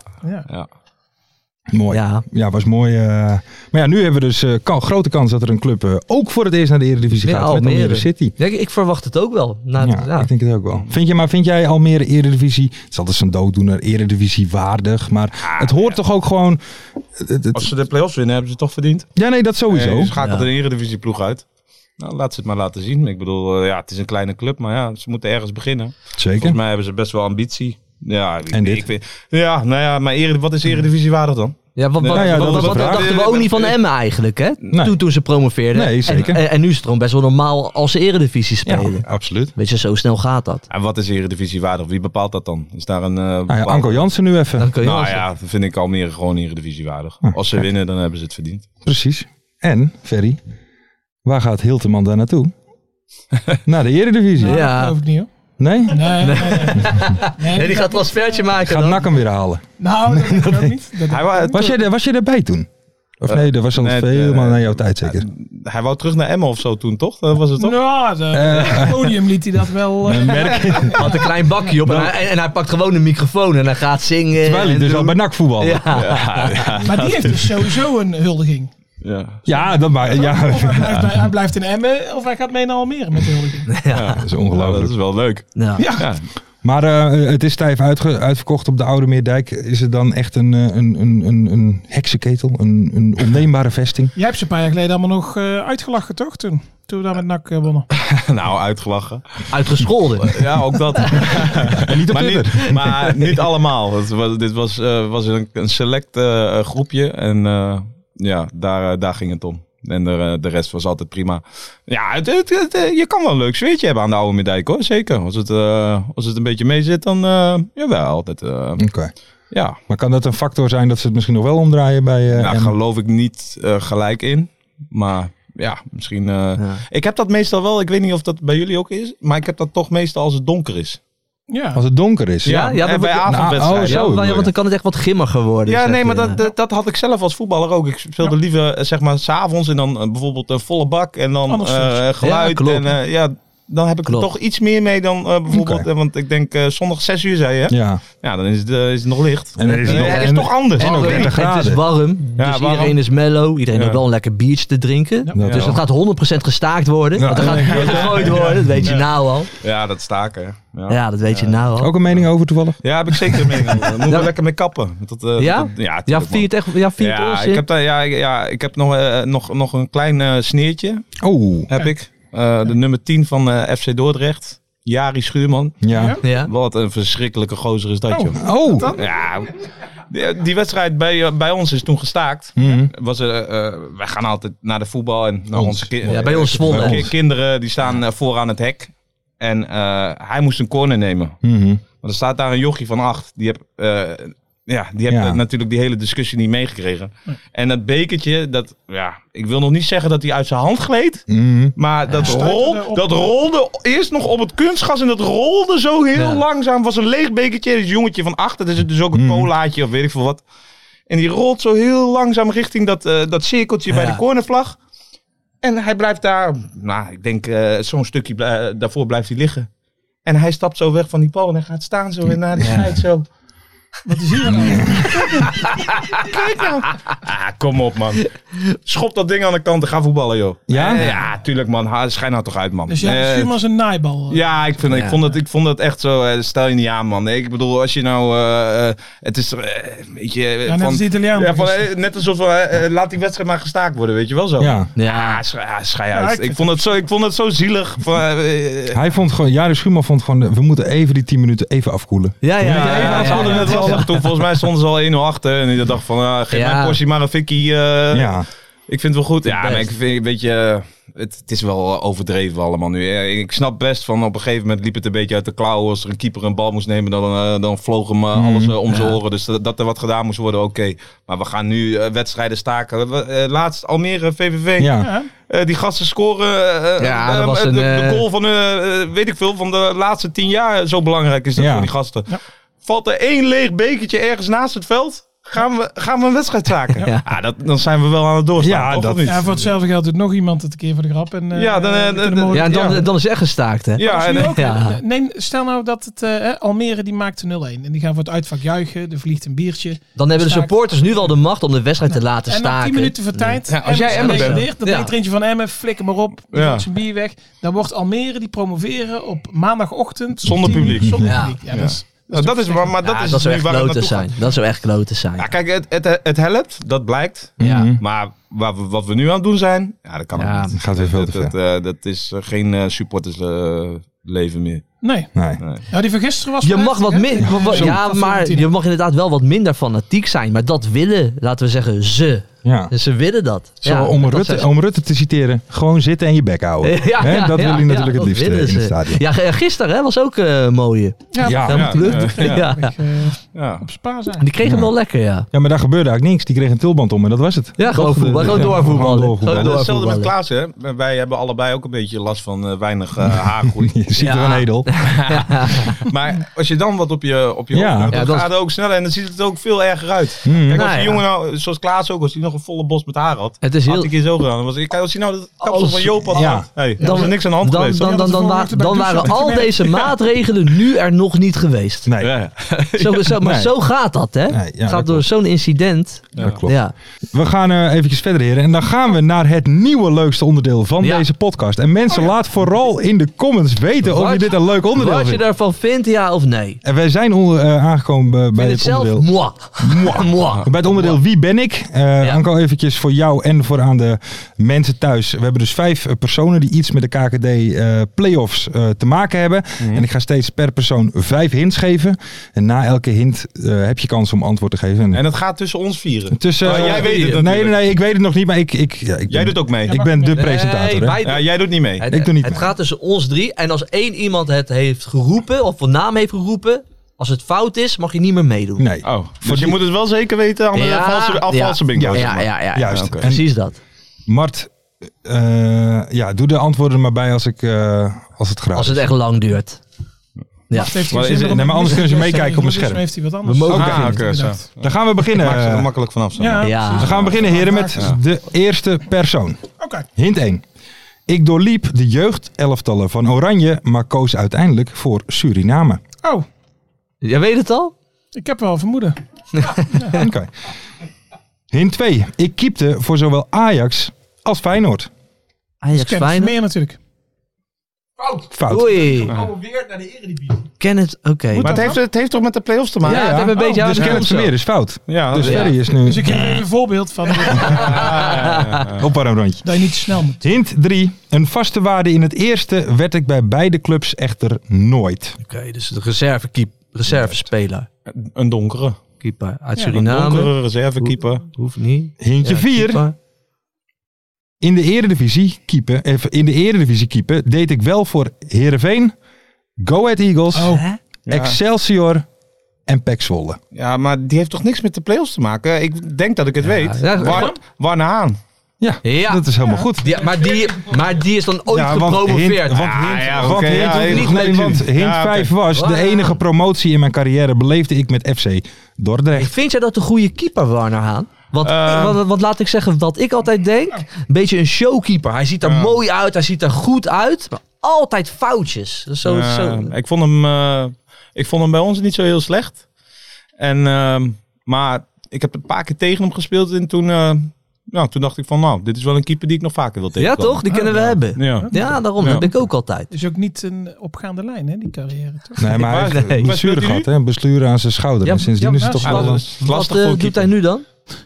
Mooi. Ja, was mooi. Maar ja, nu hebben we dus grote kans dat er een club ook voor het eerst naar de Eredivisie gaat. Met Almere City. Ja, ik verwacht het ook wel. Ik denk het ook wel. Vind jij Almere Eredivisie, het is altijd zo'n dooddoener, Eredivisie waardig, maar het hoort toch ook gewoon... Als ze de play-offs winnen, hebben ze het toch verdiend? Ja, nee, dat sowieso. Ze schakelt een Eredivisie ploeg uit. Nou, laat ze het maar laten zien. Ik bedoel, het is een kleine club, maar ja, ze moeten ergens beginnen. Zeker. Volgens mij hebben ze best wel ambitie. Ja, en dit? Maar wat is Eredivisie waardig dan? Ja, wat dachten we ook niet van Emmen eigenlijk, hè? Nee. Toen ze promoveerden. Nee, zeker. En nu is het gewoon best wel normaal als ze Eredivisie spelen. Ja, absoluut. Weet je, zo snel gaat dat. En wat is Eredivisie waardig? Wie bepaalt dat dan? Is daar een... Anko Jansen nu even. Dat vind ik Almere gewoon Eredivisie waardig. Als ze winnen, dan hebben ze het verdiend. Precies. En, Ferry, waar gaat Hilterman daar naartoe? Naar de Eredivisie. Nou, dat geloof ik niet hoor. Nee? Nee, die gaat transfertje maken. Gaat NAC hem weer halen. Nou, dat denk ik ook niet. Was jij daarbij toen? Of nee, dat was al helemaal naar jouw tijd zeker. Hij wou terug naar Emmen of zo toen, toch? Dat was het toch? Nou, het podium liet hij dat wel... Hij had een klein bakje op en hij pakt gewoon een microfoon en hij gaat zingen. Terwijl hij dus al bij NAC voetballen. Ja. Maar die heeft dus sowieso een huldiging. Ja, dat maar. Ja. Hij blijft in Emmen of hij gaat mee naar Almere met de huldiging. Ja, dat is ongelooflijk. Dat is wel leuk. Ja. Maar het is stijf uitverkocht op de Oude Meerdijk. Is het dan echt een heksenketel? Een onneembare vesting? Jij hebt ze een paar jaar geleden allemaal nog uitgelachen, toch? Toen we daar met NAC wonnen. Nou, uitgelachen. Uitgescholden. Ja, ook dat. En niet op Twitter. Maar niet allemaal. Dit was een select groepje. En daar ging het om. En de rest was altijd prima. Ja, je kan wel een leuk sfeertje hebben aan de Oude Meerdijk, hoor. Zeker. Als het een beetje mee zit, dan jawel, altijd. Oké. Ja. Maar kan dat een factor zijn dat ze het misschien nog wel omdraaien bij... Daar geloof ik niet gelijk in. Maar ja, misschien... Ik heb dat meestal wel. Ik weet niet of dat bij jullie ook is. Maar ik heb dat toch meestal als het donker is. Ja. Als het donker is. En bij avondwedstrijden. Want dan kan het echt wat grimmiger worden. Ja, nee, maar dat had ik zelf als voetballer ook. Ik speelde liever, zeg maar, 's avonds en dan bijvoorbeeld een volle bak en dan geluid. Dan heb ik er toch iets meer mee dan bijvoorbeeld... want ik denk zondag 6 uur, zei je. Ja, dan is het nog licht. En dan is het toch anders. En ook 30 graden. Het is warm, dus iedereen is mellow. Iedereen heeft wel een lekker biertje te drinken. Ja. Dus het gaat 100% gestaakt worden. Want er gaat niet gegooid worden, dat weet je nou al. Ja, dat staken. Ja, dat weet je nou al. Ook een mening over toevallig? Ja, heb ik zeker een mening over. Daar moeten we lekker mee kappen. Ja, vind je het onzin? Ik heb nog een klein sneertje. Oh. Heb ik. De nummer 10 van FC Dordrecht. Jari Schuurman. Ja. Ja. Wat een verschrikkelijke gozer is dat, joh. Oh. Ja, die wedstrijd bij ons is toen gestaakt. Wij gaan altijd naar de voetbal en naar onze bij ons Zwolle. kinderen die staan vooraan het hek. En hij moest een corner nemen. Want er staat daar een jochie van 8. Die heeft natuurlijk die hele discussie niet meegekregen. En dat bekertje, ik wil nog niet zeggen dat hij uit zijn hand gleed. Maar dat rolde eerst nog op het kunstgas. En dat rolde zo heel langzaam. Het was een leeg bekertje. Het jongetje van 8. Dat is dus ook een colaatje of weet ik veel wat. En die rolt zo heel langzaam richting dat cirkeltje bij de cornervlag. En hij blijft daar, ik denk zo'n stukje daarvoor blijft hij liggen. En hij stapt zo weg van die bal en hij gaat staan zo en naar de scheids zo. Wat is hier nou? Kijk nou. Kom op, man. Schop dat ding aan de kant en ga voetballen, joh. Ja? Ja, tuurlijk, man. Schijn nou toch uit, man. Dus jij stuurt als een naaibal. Ja, ik vond het echt zo. Stel je niet aan, man. Ik bedoel, als je nou... het is weet je... net als de Italiaan. Net alsof laat die wedstrijd maar gestaakt worden, weet je wel zo. Ja. Schij uit. Ik vond het zo zielig. Hij vond gewoon... Jari Schuurman vond gewoon... We moeten even die 10 minuten even afkoelen. Toen volgens mij stonden ze al 1-0 achter. En ik dacht van, geef mijn portie maar een fikkie. Ik vind het wel goed. Ja, maar ik vind, weet je, het is wel overdreven allemaal nu. Ik snap best van op een gegeven moment liep het een beetje uit de klauwen. Als er een keeper een bal moest nemen, dan vloog hem alles om zijn oren. Dus dat er wat gedaan moest worden, oké. Maar we gaan nu wedstrijden staken. Laatst Almere, VVV. Ja. Die gasten scoren. Dat was de goal van, weet ik veel, van de laatste 10 jaar zo belangrijk is dat voor die gasten. Ja. Valt er 1 leeg bekertje ergens naast het veld? Gaan we een wedstrijd staken? Dan zijn we wel aan het doorstaan. Voor hetzelfde geld doet nog iemand het een keer voor de grap. En, dan is het echt gestaakt, hè? Stel nou dat het Almere die maakt 0-1. En die gaan voor het uitvak juichen. Er vliegt een biertje. Dan hebben de supporters nu wel de macht om de wedstrijd te laten staken. En 10 minuten voor tijd. Ja, als jij Emmen bent. Dan denkt er eentje van Emmen, flikker maar op. Doet zijn bier weg. Dan wordt Almere die promoveren op maandagochtend. Zonder publiek. Dat zou echt kloten zijn. Dat zou echt kloten zijn. Ja, kijk, het helpt, dat blijkt. Maar wat we nu aan het doen zijn, dat kan ook niet. Het gaat weer veel te ver. Dat is geen supportersleven meer. Nee. Ja, die van gisteren was... Je mag wat minder. Ja, maar je mag inderdaad wel wat minder fanatiek zijn. Maar dat willen, laten we zeggen, ze. Ja. Dus ze willen dat. Om Rutte te citeren, gewoon zitten en je bek houden. Dat wil hij natuurlijk het liefst in het stadion. Ja, gisteren was ook mooie. Op Spa zijn. Die kregen hem wel lekker, Ja, maar daar gebeurde eigenlijk niks. Die kreeg een tulband om en dat was het. Ja, gewoon doorvoetballen. Hetzelfde met Klaas, hè. Wij hebben allebei ook een beetje last van weinig haargroei. Je ziet er een edel. Maar als je dan wat op je hoofd hebt, dan gaat het ook sneller en dan ziet het ook veel erger uit. Kijk, als die jongen nou, zoals Klaas ook, als hij nog een volle bos met haar had, had ik hier zo gedaan. Als hij nou de kapsel van Joop had, dan was er niks aan de hand geweest. Dan waren al deze maatregelen nu er nog niet geweest. Nee. Zo gaat dat, hè? Het gaat door zo'n incident. Ja, klopt. Ja. We gaan eventjes verder, heren. En dan gaan we naar het nieuwe leukste onderdeel van deze podcast. En mensen, laat vooral in de comments weten of je dit een leuk onderdeel vindt. Wat je daarvan vindt, ja of nee. En wij zijn aangekomen bij het onderdeel. Moi. Bij het onderdeel Wie ben ik? Anko, eventjes voor jou en voor aan de mensen thuis. We hebben dus 5 personen die iets met de KKD playoffs te maken hebben. En ik ga steeds per persoon 5 hints geven. En na elke hint heb je kans om antwoord te geven. En het gaat tussen ons 4. Jij weet het Nee, ik weet het nog niet, maar jij doet ook mee. Ik ben de presentator. Jij doet niet mee. Ik doe niet mee. Het gaat tussen ons 3. En als 1 iemand het heeft geroepen, of een naam heeft geroepen, als het fout is, mag je niet meer meedoen. Nee. Dus je moet het wel zeker weten aan de valse bingo. Ja. Juist. Okay. Precies dat. Mart, doe de antwoorden maar bij als het graag is. Als het echt lang duurt. Ja. Maar anders kunnen ze meekijken op mijn scherm. Heeft hij wat anders? We mogen Dan gaan we beginnen. Maak ze er makkelijk vanaf. Dan gaan we beginnen, heren, met de eerste persoon. Hint 1. Ik doorliep de jeugdelftallen van Oranje, maar koos uiteindelijk voor Suriname. Oh. Jij weet het al? Ik heb wel vermoeden. Oké. Hint 2. Ik keepte voor zowel Ajax als Feyenoord. Feyenoord? Meer natuurlijk. Fout. Oei. We komen weer naar de Eredivisie. Kenneth, oké. Maar het heeft toch met de play-offs te maken? Ja, het hebben een beetje... Dus Kenneth Vermeer is fout. Ja, Dus Ferry is nu... Dus ik geef even een voorbeeld van opwarmrondje. dat je niet te snel moet. Hint 3. Een vaste waarde in het eerste werd ik bij beide clubs echter nooit. Oké, dus de reservespeler. Een donkere. Keeper uit Een Suriname. donkere reservekeeper. Hoeft niet. Hintje 4. In de Eredivisie keeper deed ik wel voor Heerenveen, Go Ahead Eagles, Excelsior en PEC Zwolle. Ja, maar die heeft toch niks met de play-offs te maken? Ik denk dat ik het weet. Warne Haan. Ja, dat is helemaal goed. Ja, maar die is dan ooit gepromoveerd. Want hint 5 was de enige promotie in mijn carrière beleefde ik met FC Dordrecht. Vind jij dat een goede keeper, Warner Haan? Want laat ik zeggen, wat ik altijd denk, een beetje een showkeeper. Hij ziet er mooi uit, hij ziet er goed uit, maar altijd foutjes. Dus Ik vond hem bij ons niet zo heel slecht. Maar ik heb een paar keer tegen hem gespeeld en toen dacht ik van, dit is wel een keeper die ik nog vaker wil tegenkomen. Ja toch? Die kunnen we hebben. Ja, daarom. Dat heb ik ook altijd. Het is ook niet een opgaande lijn, hè, die carrière, toch? Nee, maar hij heeft blessure gehad, hè? Een blessure aan zijn schouder. En sindsdien is het toch wel lastig. Wat doet hij nu dan?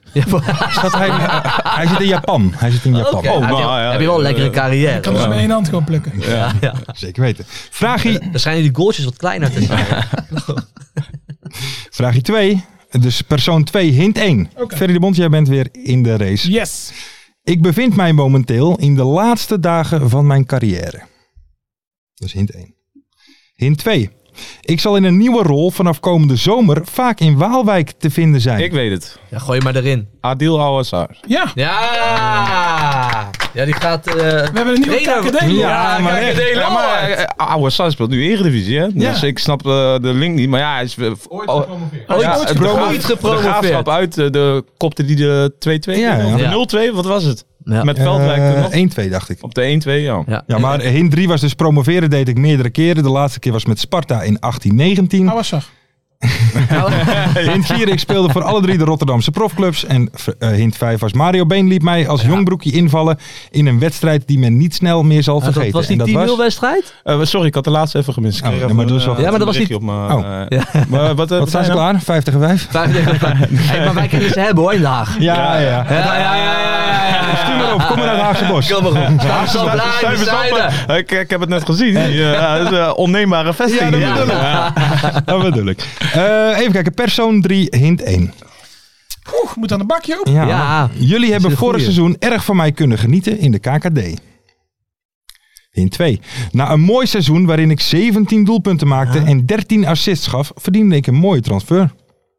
Hij zit in Japan. Okay. Heb je wel een lekkere carrière. Ik kan dus met één hand gewoon plukken. Ja. Zeker weten. Vraagje... Dan schijnen die goaltjes wat kleiner te zijn. Vraagje 2. Dus persoon 2, hint 1. Ferry de Bond, jij bent weer in de race. Yes. Ik bevind mij momenteel in de laatste dagen van mijn carrière. Dus hint 1. Hint 2. Ik zal in een nieuwe rol vanaf komende zomer vaak in Waalwijk te vinden zijn. Ik weet het. Ja, gooi maar erin. Adil Awassar. Ja. Ja, die gaat... We hebben een nieuwe KKD. Maar Awassar speelt nu Eredivisie, hè? Ja. Dus ik snap de link niet. Maar ja, hij is... Ooit gepromoveerd. De Graafschap uit, de kopte die de 2-2. Ja. De 0-2, wat was het? Ja. Met Veldwijk nog? 1-2 dacht ik. Op de 1-2, Ja, maar hint 3 was dus promoveren deed ik meerdere keren. De laatste keer was met Sparta in 1819. Awassar. Hint 4, ik speelde voor alle 3 de Rotterdamse profclubs. En hint 5 was Mario Been liet mij als jongbroekje invallen in een wedstrijd die men niet snel meer zal vergeten. Was die 10-0 wedstrijd? Sorry, ik had de laatste even gemist. Maar dat was niet... Maar wat zijn ze klaar? 5 tegen 5? 5 tegen 5. Maar wij kunnen ze hebben hoor in de Haag. Ja. Stuur maar op, kom maar naar het Haagse Bos. Kom maar op. Ik heb het net gezien. Onneembare vesting. Dat bedoel ik. Even kijken, persoon 3, hint 1. Moet aan de bakje op. Ja. Jullie hebben vorig seizoen erg van mij kunnen genieten in de KKD. Hint 2. Na een mooi seizoen waarin ik 17 doelpunten maakte en 13 assists gaf, verdiende ik een mooie transfer.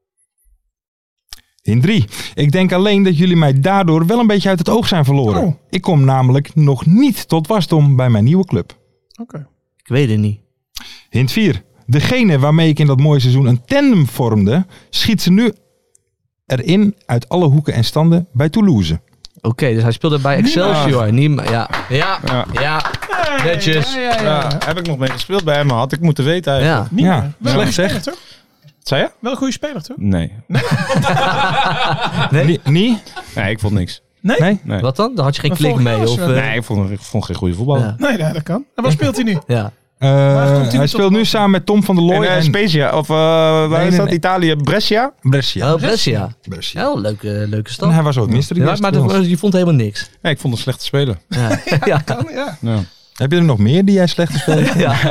Hint 3. Ik denk alleen dat jullie mij daardoor wel een beetje uit het oog zijn verloren. Ik kom namelijk nog niet tot wasdom bij mijn nieuwe club. Oké. Ik weet het niet. Hint 4. Degene waarmee ik in dat mooie seizoen een tandem vormde, schiet ze nu erin uit alle hoeken en standen bij Toulouse. Oké, dus hij speelde bij Excelsior. Ja. Netjes. Heb ik nog mee gespeeld bij hem, had ik moeten weten eigenlijk. Ja. Slecht zeg. Toch? Zei je? Wel een goede speler, toch? Nee. Nee, ik vond niks. Nee? Wat dan? Daar had je geen klik mee? Of, Nee, ik vond geen goede voetballer. Nee, dat kan. En wat speelt hij nu? Ja. Hij speelt nu samen met Tom van der Looy en Spezia, of waar is dat? Nee. Italië, Brescia? Oh, Brescia. Ja, leuke stad. En hij was ook mystery guest. Maar je vond helemaal niks. Nee, ik vond een slechte speler. Ja, kan, ja. Heb je er nog meer die jij slecht speelt?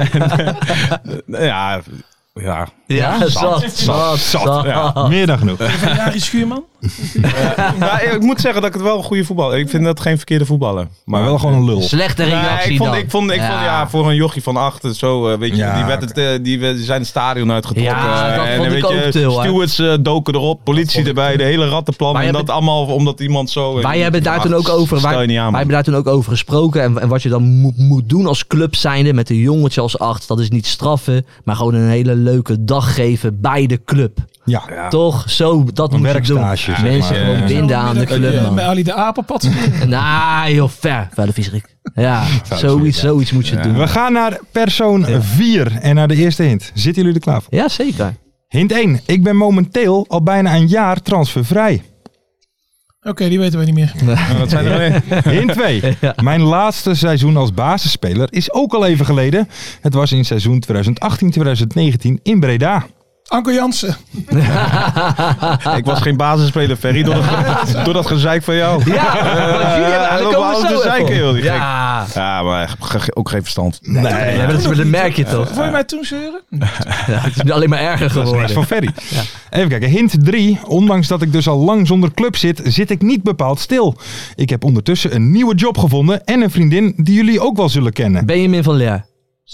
Zat. Ja, meer dan genoeg. Van Jari Schuurman? Ik moet zeggen dat ik het wel een goede voetballer. Ik vind dat geen verkeerde voetballer. Maar wel gewoon een lul. Slechte reactie ik vond voor een jochie van 8 zo, weet je, die zijn het stadion uitgetrokken. Ja, dat vond ik ook stewards doken erop, politie erbij, de hele rattenplan. En dat allemaal omdat iemand zo... Wij hebben daar toen ook over. Wij hebben daar toen ook over gesproken. En wat je dan moet doen als club zijnde met een jongetje als 8, dat is niet straffen, maar gewoon een hele leuke dag geven bij de club. Ja. Toch? Zo, dat moet je doen. Mensen gewoon binden aan de club, man. Bij Ali de Apenpad. Nee, joh, ver de viezerik. Ja, zoiets moet je doen. We gaan naar persoon 4 en naar de eerste hint. Zitten jullie er klaar voor? Ja, zeker. Hint 1. Ik ben momenteel al bijna een jaar transfervrij. Oké, die weten we niet meer. Dat zijn er Hint 2. Mijn laatste seizoen als basisspeler is ook al even geleden. Het was in seizoen 2018-2019 in Breda. Anko Jansen. Ik was geen basisspeler, Ferry, door dat gezeik van jou. Ja, Hij loopt alles te zeiken, joh. Die gek. ja. Maar ook geen verstand. Nee, dat merk je toch. Vond je mij toen zeuren? Ja, het is alleen maar erger Dat is geworden. niks van Ferry. Even kijken, hint 3. Ondanks dat ik dus al lang zonder club zit ik niet bepaald stil. Ik heb ondertussen een nieuwe job gevonden en een vriendin die jullie ook wel zullen kennen. Benjamin van Leer.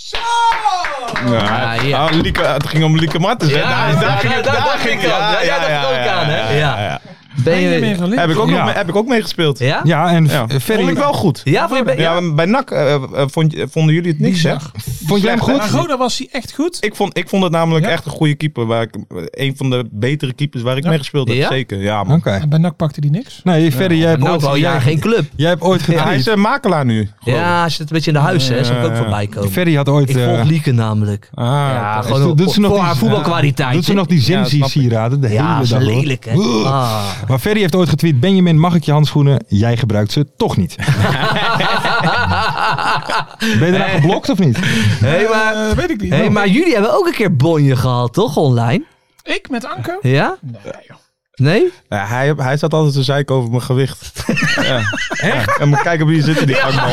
Ja. Het ging om Lieke Martens. Hè? Daar ging het aan. Ja, dat ook aan, hè? Ja. Benjamin van Leer. Heb ik ook meegespeeld. Ja? Ja, en Ferry... Vond ik wel goed. Ja, Bij NAC vonden jullie het niks, hè? Vond jij hem goed? Maar Roda was hij echt goed. Ik vond het namelijk echt een goede keeper. Een van de betere keepers waar ik mee gespeeld heb. Ja? Zeker, ja man. Oké. En bij NAC pakte hij niks. Nee, Ferry, jij hebt Nou, ooit... al jaren geen club. Jij hebt ooit Hij getweet. is makelaar nu. Ja, als je het een beetje in de huis, hè, zou ik ook voorbij komen. Ferry had ooit... Ik volg Lieke namelijk. Ja, gewoon doet ze nog voor die- haar voetbalkwaliteit. Doet ze nog die snap ik. Zimsie-sieraden de Ja, hele ze dag, hoor. lelijk, hè. Ah. Maar Ferry heeft ooit getweet, Benjamin, mag ik je handschoenen? Jij gebruikt ze toch niet. Ben je daarna geblokt of niet? Weet ik niet. Hey, maar jullie hebben ook een keer bonje gehad, toch, online? Ik met Anko? Ja? Nee, joh. Nee? Ja, hij zat altijd te zeiken over mijn gewicht. Ja. Echt? En moet kijken wie zit in die gangbal.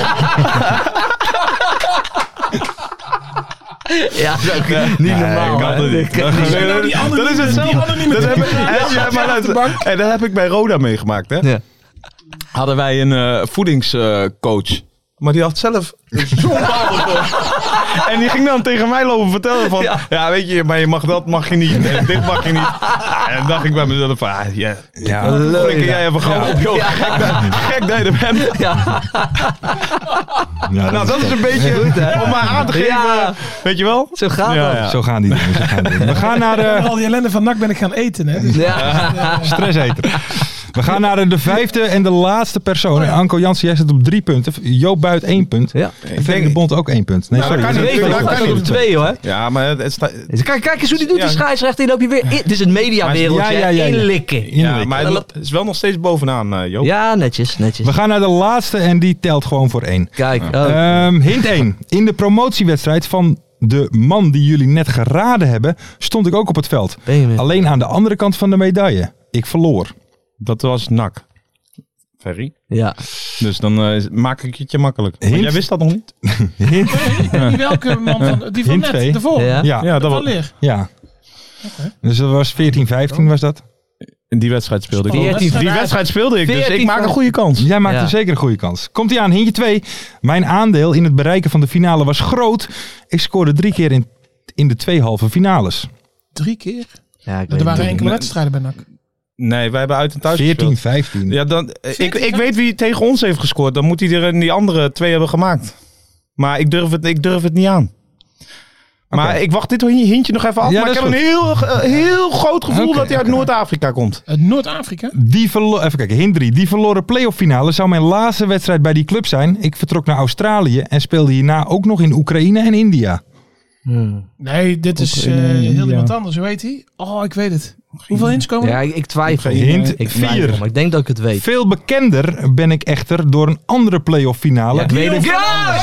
Ja, dat is ook niet normaal. kan hè. het niet. Dat kan niet. Zijn nou die Dat is hetzelfde. Dat heb ik bij Roda meegemaakt, hè? Ja. Hadden wij een voedingscoach. Maar die had zelf zo'n bal. En die ging dan tegen mij lopen vertellen van... Ja, weet je, maar je mag dat, mag je niet. En dit mag je niet. En dan dacht ik bij mezelf van... Flikker jij even gauw op, joh. Gek dat je er bent. Ja. Ja, Nou, dat is een beetje om maar aan te geven. Ja. Weet je wel? Zo gaat dat. Zo gaan die dingen. We gaan naar Al die ellende van NAC ben ik gaan eten. Hè? Dus Ja. stresseter. We gaan naar de vijfde en de laatste persoon. Anko Jansen, jij zit op 3 punten. Joop Buit 1 punt. Ja. En Ferry de Bond ook 1 punt. Nee, Nou, sorry. dat kan niet. Weet je, Dat kan op niet. 2 hoor. Ja, maar het staat... Kijk eens hoe die doet, die Ja. scheidsrechter. Die loop je weer in. Dit is het mediawereldje. Ja. Inlikken. Ja, maar het is wel nog steeds bovenaan, Joop. Ja, netjes, netjes. We gaan naar de laatste en die telt gewoon voor 1. Kijk. Hint 1. In de promotiewedstrijd van de man die jullie net geraden hebben, stond ik ook op het veld. Benjamin. Alleen aan de andere kant van de medaille. Ik verloor. Dat was NAC. Ferry. Ja. Dus dan maak ik het je makkelijk. Want Hint? jij wist dat nog niet? Hint. die welke man van... Die van Hint net, twee. de volgende. Ja. Ja, Ja, dat Van was, Leer. ja. Dus dat was 14-15 was dat. in die wedstrijd speelde ik. 14. Die wedstrijd speelde ik, dus 14. ik maak een goede kans. Jij maakt Ja. er zeker een goede kans. Komt ie aan, hintje 2. Mijn aandeel in het bereiken van de finale was groot. Ik scoorde 3 keer in de 2 halve finales. 3 keer? Ja, ik Er weet waren het. enkele wedstrijden bij NAC. Nee, wij hebben uit en thuis 14, gespeeld. 15. Ja, ik weet wie tegen ons heeft gescoord. Dan moet hij er die andere 2 hebben gemaakt. Maar ik durf het niet aan. Maar ik wacht dit hintje nog even af. Ja, maar ik dat heb is een heel groot gevoel Oké, dat hij uit oké. Noord-Afrika komt. Uit Noord-Afrika? Even kijken, hint 3. Die verloren playoff finale zou mijn laatste wedstrijd bij die club zijn. Ik vertrok naar Australië en speelde hierna ook nog in Oekraïne en India. Nee, dit is heel iemand anders. Hoe heet hij? Oh, ik weet het. Hoeveel hints komen er? Ja, ik twijfel. Hint Ik twijfel, 4. maar ik denk dat ik het weet. Veel bekender ben ik echter door een andere playoff finale. Ja, ik weet het. Ja!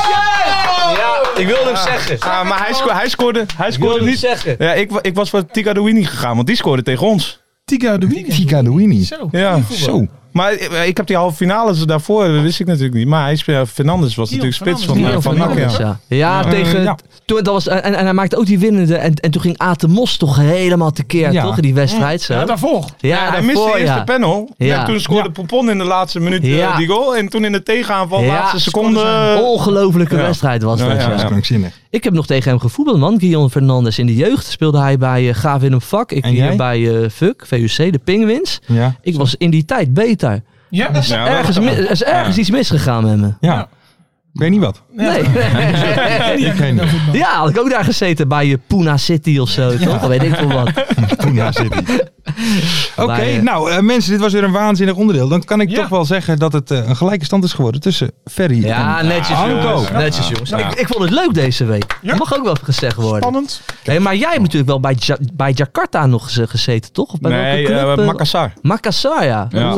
Ik wilde hem zeggen. Ah, maar hij scoorde Ik wilde hem niet. zeggen. Ja, ik was voor Tika Douini gegaan, want die scoorde tegen ons. Tika de Wiener. Tika Douini. Zo. Ja, Zo. Maar ik heb die halve finales daarvoor, dat wist ik natuurlijk niet. Maar hij speelde, Fernandes was Guillaume natuurlijk spits Fernandes, van Guillaume NAC. Fernandes, Ja. ja. Ja, tegen... ja. Toen, dat was, en hij maakte ook die winnende. En toen ging Aten Mos toch helemaal tekeer, Ja. toch? In die wedstrijd zo. Ja, daarvoor. Ja, hij miste de eerste panel. Ja. En toen scoorde Poupon in de laatste minuut Ja. die goal. En toen in de tegenaanval, Ja. laatste seconde... Ongelofelijke Ja. wedstrijd was Ja, dat. ja, Ja. Dat is krankzinnig. Ik heb nog tegen hem gevoetbald, man. Guillaume Fernandes. In de jeugd speelde hij bij Gaaf in een vak. Ik En hier jij? bij VUC, de Penguins. Ja. Ik was in die tijd beter. Ja. Ja, Er is ergens iets misgegaan met me. Ja. Ik weet niet wat. Nee. Ik weet niet. Ja, had ik ook daar gezeten bij Pune City of zo, toch? Dat weet ik veel wat. Toen daar zit hij. Oké, Maar, nou mensen, dit was weer een waanzinnig onderdeel. Dan kan ik Ja. toch wel zeggen dat het een gelijke stand is geworden tussen Ferry Ja, en netjes Anko. jongens. Netjes jongens. Ja. Ik vond het leuk deze week. Ja. Dat mag ook wel gezegd worden. Spannend. Hey, maar jij hebt natuurlijk wel bij Jakarta nog gezeten, toch? Of bij Nee, welke club? Makassar. Makassar, ja. Ja. Hoe,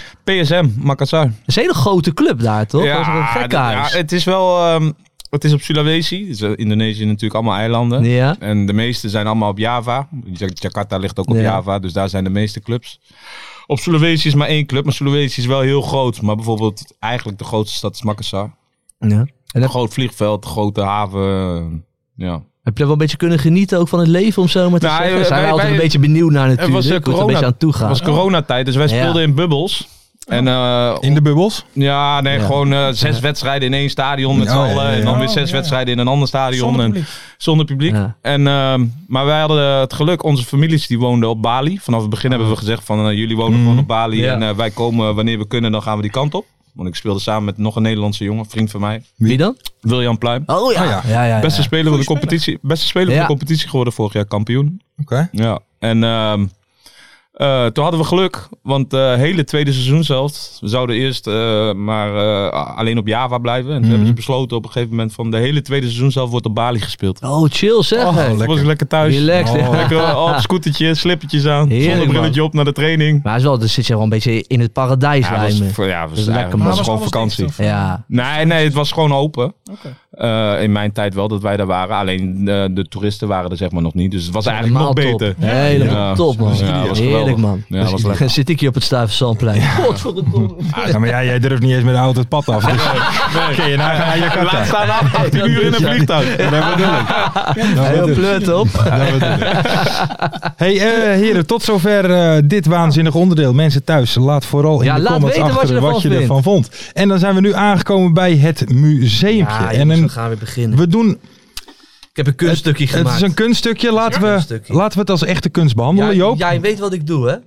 PSM, Makassar. Dat is een hele grote club daar, toch? Dat is een gekkenhuis. Ja, het is wel... het is op Sulawesi. Dus, Indonesië natuurlijk allemaal eilanden. Ja. En de meeste zijn allemaal op Java. Jakarta ligt ook op Java, dus daar zijn de meeste clubs. Op Sulawesi is maar 1 club, maar Sulawesi is wel heel groot. Maar bijvoorbeeld eigenlijk de grootste stad is Makassar. Ja. Een groot vliegveld, grote haven. Ja. Heb je wel een beetje kunnen genieten ook van het leven om zo maar te zeggen? Zijn wij altijd een beetje benieuwd naar natuurlijk. Het was hoe het een beetje aan toe gaat. Het was coronatijd, dus wij speelden in bubbels. En, in de bubbels? Ja, nee, gewoon 6 wedstrijden in 1 stadion met z'n allen. En dan weer 6 wedstrijden in een ander stadion. Zonder publiek. Ja. En, maar wij hadden het geluk, onze families die woonden op Bali. Vanaf het begin hebben we gezegd van jullie wonen gewoon op Bali. Ja. En wij komen wanneer we kunnen, dan gaan we die kant op. Want ik speelde samen met nog een Nederlandse jongen, vriend van mij. Wie dan? William Pluim. Oh ja. Beste speler van de competitie. Beste speler van de competitie geworden vorig jaar, kampioen. Oké. Ja. En toen hadden we geluk, want hele tweede seizoen zelfs. We zouden eerst maar alleen op Java blijven. En toen hebben ze besloten op een gegeven moment van de hele tweede seizoen zelf wordt op Bali gespeeld. Oh, chill zeg. Toen was ik lekker thuis. Relaxed. Lekker op scootertje, slippertjes aan. Heerlijk, Zonnebrilletje op naar de training. Maar dan zit je wel een beetje in het paradijs. Ja, was lekker, was gewoon vakantie. Ja. Nee, het was gewoon open. Okay. In mijn tijd wel dat wij daar waren. Alleen de toeristen waren er zeg maar nog niet. Dus het was eigenlijk nog beter. Helemaal top, man. Ja, was heerlijk, man. Ja, was lekker. Zit ik hier op het Stuyvesantplein. Godverdomme. Ja, maar jij durft niet eens met de auto het pad af. Dus kun je nagaan naar Jakarta. Laat staan 18 uur in een vliegtuig. Dat bedoel ik. Heel pleut op. Hey heren, tot zover dit waanzinnige onderdeel. Mensen thuis, laat vooral in de comments achter wat je ervan vond. En dan zijn we nu aangekomen bij het museumpje. Ja, jongens, we gaan weer beginnen. We doen... Ik heb een kunststukje gemaakt. Het is een kunststukje. Laten we het als echte kunst behandelen, Joop. Jij weet wat ik doe, hè?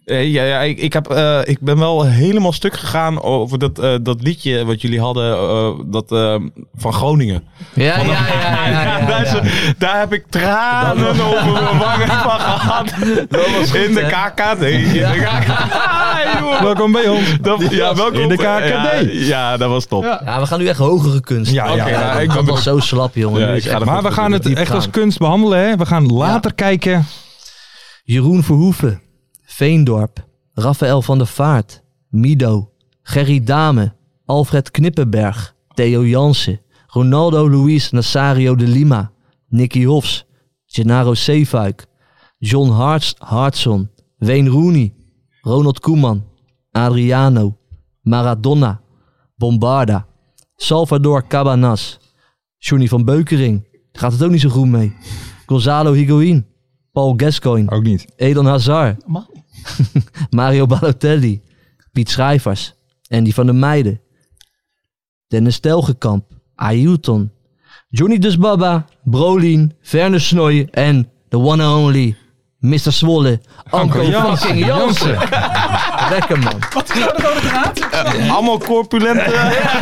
Ik ben wel helemaal stuk gegaan over dat liedje wat jullie hadden van Groningen. Ja. Daar heb ik tranen over mijn wangen van gehad. Dat was in de KKD. Welkom bij ons. Welkom in de KKD. Ja, dat was top. Ja, we gaan nu echt hogere kunst. Ik ben wel zo slap, jongen. Maar we gaan het echt als kunst behandelen, hè? We gaan later kijken. Jeroen Verhoeven. Veendorp, Raphaël van der Vaart, Mido, Gerry Dame, Alfred Knippenberg, Theo Jansen, Ronaldo Luis Nazario de Lima, Nicky Hofs, Gennaro Zeefuik, John Hartson, Wayne Rooney, Ronald Koeman, Adriano, Maradona, Bombarda, Salvador Cabanas, Johnny van Beukering, gaat het ook niet zo goed mee, Gonzalo Higuain, Paul Gascoigne, ook niet, Eden Hazard, Mario Balotelli, Piet Schrijvers, Andy van der Meijden, Dennis Telgekamp, Ailton, Johnny Dusbaba, Brolin, Werner Snoy en the one and only Mr. Zwolle, Anko fucking Jansen. Lekker, man. Wat is nou de rode draad? Allemaal corpulente.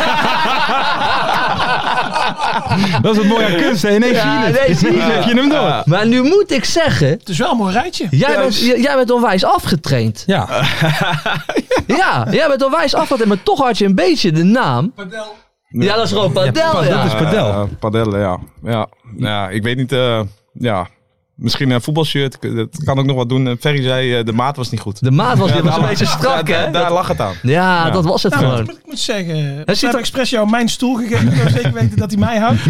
Dat is het mooie aan kunst, hè? Nee, zie je hem door. Maar nu moet ik zeggen... Het is wel een mooi rijtje. Jij bent onwijs afgetraind. Ja. Ja, jij bent onwijs afgetraind, maar toch had je een beetje de naam... Padel. Ja, dat is gewoon padel, Dat is padel. Padel, ja. Ik weet niet, misschien een voetbalshirt, dat kan ook nog wat doen. Ferry zei, de maat was niet goed. De maat was een beetje strak, hè? Daar lag het aan. Ja, dat was het gewoon. Ik moet zeggen, ik heb expres jou mijn stoel gegeven. Ik wil zeker weten dat hij mij houdt.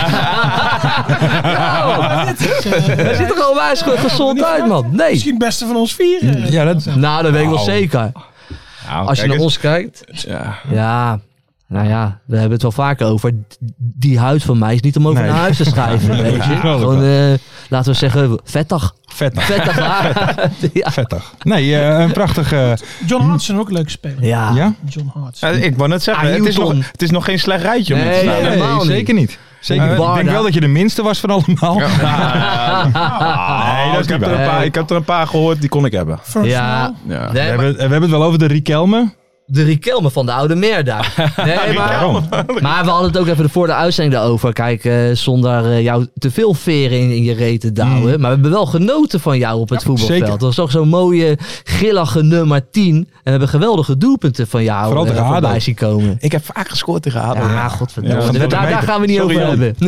Hij ziet er gewoon wijs gezond uit, man. Nee. Misschien het beste van ons 4. Nou, dat weet ik wel zeker. Als je naar ons kijkt. Ja. Nou ja, we hebben het wel vaker over. Die huid van mij is niet om over naar huis te schrijven. Weet je? Gewoon, laten we zeggen, vettig. Vettig haar. Vettig. Nee, een prachtige... John Hartson ook een leuke speler. Ja? John Hartson. Ik wou net zeggen, het is nog geen slecht rijtje om in te staan. Nee, zeker niet. Zeker. Ik denk wel dat je de minste was van allemaal. Nee, ik heb er een paar gehoord, die kon ik hebben. Ja. Ja. We hebben het wel over de Riquelme. de Riquelme van de Oude Meer daar. Nee, maar we hadden het ook even voor de uitzending daarover. Kijk, zonder jou te veel veren in je reet te douwen. Maar we hebben wel genoten van jou op het voetbalveld. Zeker. Dat was toch zo'n mooie, grillige nummer 10. En we hebben geweldige doelpunten van jou Vooral tegen ADO. voorbij zien komen. Ik heb vaak gescoord tegen ADO. Ja, godverdomme. Ja, daar gaan we niet Sorry, over Jan. hebben.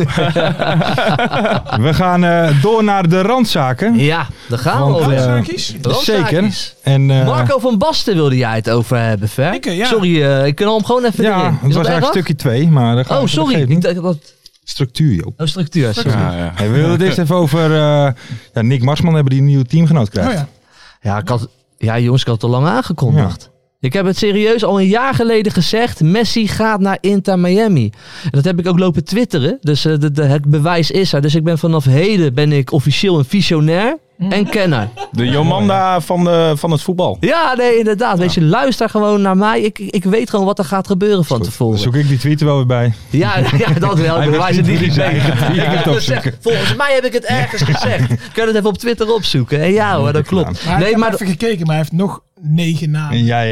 We gaan door naar de randzaken. Ja, daar gaan we Want, over. Randzaakjes? Zeker. En, Marco van Basten wilde jij het over hebben, Ver. Ik, ja. Sorry, ik kan hem gewoon even ja, erin. het Is was dat eigenlijk erg? stukje 2, maar dat Oh, sorry. geeft Ik niet. dacht dat... Structuur, Joop. Oh, structuur. Sorry. Hey, we willen het eerst even over Nick Marsman hebben die een nieuwe teamgenoot krijgt. Oh ja. Ja, jongens, ik had het al lang aangekondigd. Ik heb het serieus al een jaar geleden gezegd. Messi gaat naar Inter Miami. En dat heb ik ook lopen twitteren. Dus het bewijs is er. Dus ik ben vanaf heden ben ik officieel een visionair en kenner. De Jomanda van het voetbal. Ja, nee, inderdaad. Weet je, luister gewoon naar mij. Ik weet gewoon wat er gaat gebeuren van tevoren. Zoek ik die tweet er wel weer bij. Ja, dat wel. Ik bewijs het niet wie mee. die Ik zijn. heb het gezegd. Volgens mij heb ik het ergens gezegd. Kun je het even op Twitter opzoeken? En ja hoor, dat klopt. Maar ik heb even gekeken, maar hij heeft nog 9 namen. Ja.